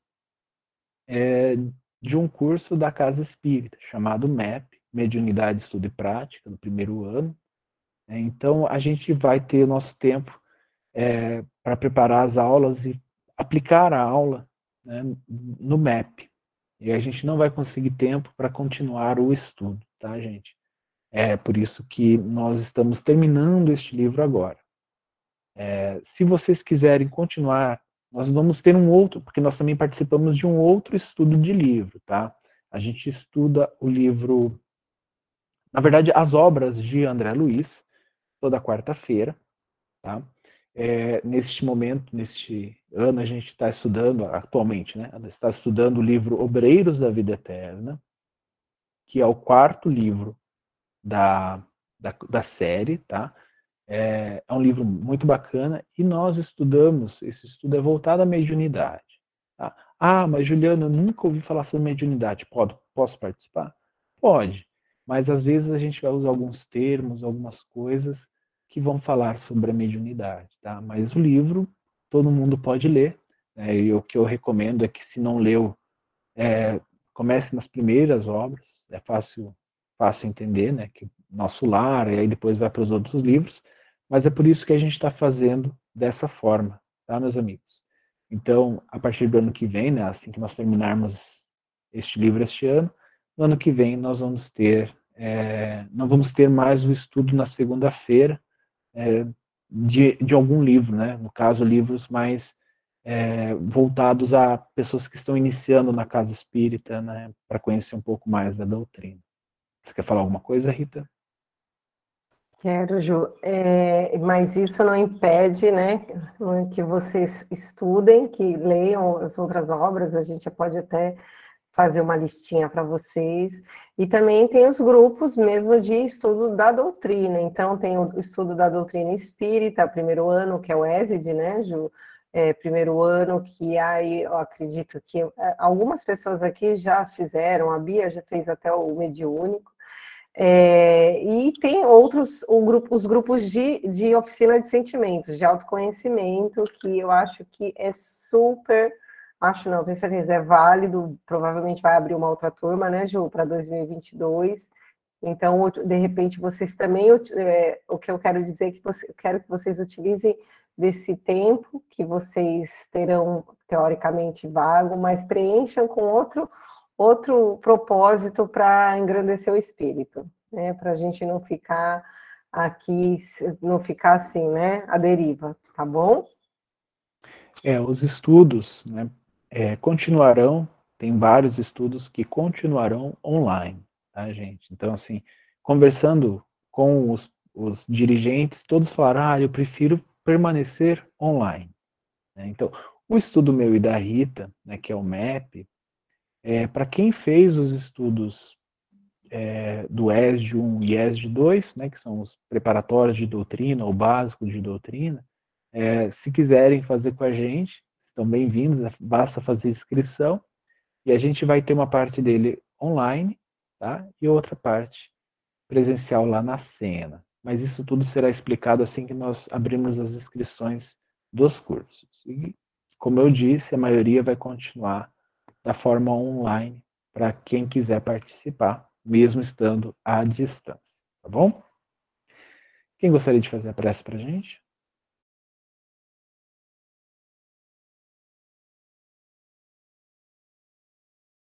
é, de um curso da Casa Espírita, chamado M E P, Mediunidade, Estudo e Prática, do primeiro ano. É, então, a gente vai ter o nosso tempo é, para preparar as aulas e aplicar a aula, né, no M E P. E a gente não vai conseguir tempo para continuar o estudo, tá, gente? É por isso que nós estamos terminando este livro agora. É, se vocês quiserem continuar, nós vamos ter um outro, porque nós também participamos de um outro estudo de livro, tá? A gente estuda o livro, na verdade, as obras de André Luiz, toda quarta-feira, tá? É, neste momento, neste ano, a gente está estudando, atualmente, né? Está estudando o livro Obreiros da Vida Eterna, que é o quarto livro da, da, da série, tá? É, é um livro muito bacana e nós estudamos, esse estudo é voltado à mediunidade. Tá? Ah, mas Juliana, eu nunca ouvi falar sobre mediunidade. Pode, posso participar? Pode, mas às vezes a gente vai usar alguns termos, algumas coisas que vão falar sobre a mediunidade. Tá? Mas o livro todo mundo pode ler, né? E o que eu recomendo é que se não leu, é, comece nas primeiras obras, é fácil, fácil entender, né? Que Nosso Lar, e aí depois vai para os outros livros, mas é por isso que a gente está fazendo dessa forma, tá, meus amigos? Então, a partir do ano que vem, né, assim que nós terminarmos este livro este ano, no ano que vem nós vamos ter, é, não vamos ter mais o estudo na segunda-feira é, de, de algum livro, né? No caso, livros mais é, voltados a pessoas que estão iniciando na casa espírita, né, para conhecer um pouco mais da doutrina. Você quer falar alguma coisa, Rita? Quero, Ju, é, mas isso não impede, né, que vocês estudem, que leiam as outras obras, a gente pode até fazer uma listinha para vocês, e também tem os grupos mesmo de estudo da doutrina, então tem o estudo da doutrina espírita, primeiro ano, que é o E S I D, né, Ju, é, primeiro ano, que aí eu acredito que algumas pessoas aqui já fizeram, a Bia já fez até o mediúnico. É, e tem outros, grupo, os grupos de, de oficina de sentimentos, de autoconhecimento, que eu acho que é super, acho não, tenho certeza, é válido, provavelmente vai abrir uma outra turma, né, Ju, para dois mil e vinte e dois, então, de repente, vocês também, é, o que eu quero dizer é que você, quero que vocês utilizem desse tempo, que vocês terão, teoricamente, vago, mas preencham com outro outro propósito para engrandecer o espírito, né? Para a gente não ficar aqui, não ficar assim, né? À deriva. tá bom? É, os estudos, né, é, continuarão, tem vários estudos que continuarão online, tá, gente? Então, assim, conversando com os, os dirigentes, todos falaram, ah, eu prefiro permanecer online. Né? Então, o estudo meu e da Rita, né, que é o M E P, é, para quem fez os estudos é, do E S D um e E S D dois, né, que são os preparatórios de doutrina, ou básico de doutrina, é, se quiserem fazer com a gente, estão bem-vindos, basta fazer inscrição, e a gente vai ter uma parte dele online, tá? E outra parte presencial lá na Sena. Mas isso tudo será explicado assim que nós abrirmos as inscrições dos cursos. E, como eu disse, a maioria vai continuar da forma online para quem quiser participar, mesmo estando à distância, tá bom? Quem gostaria de fazer a prece para a gente?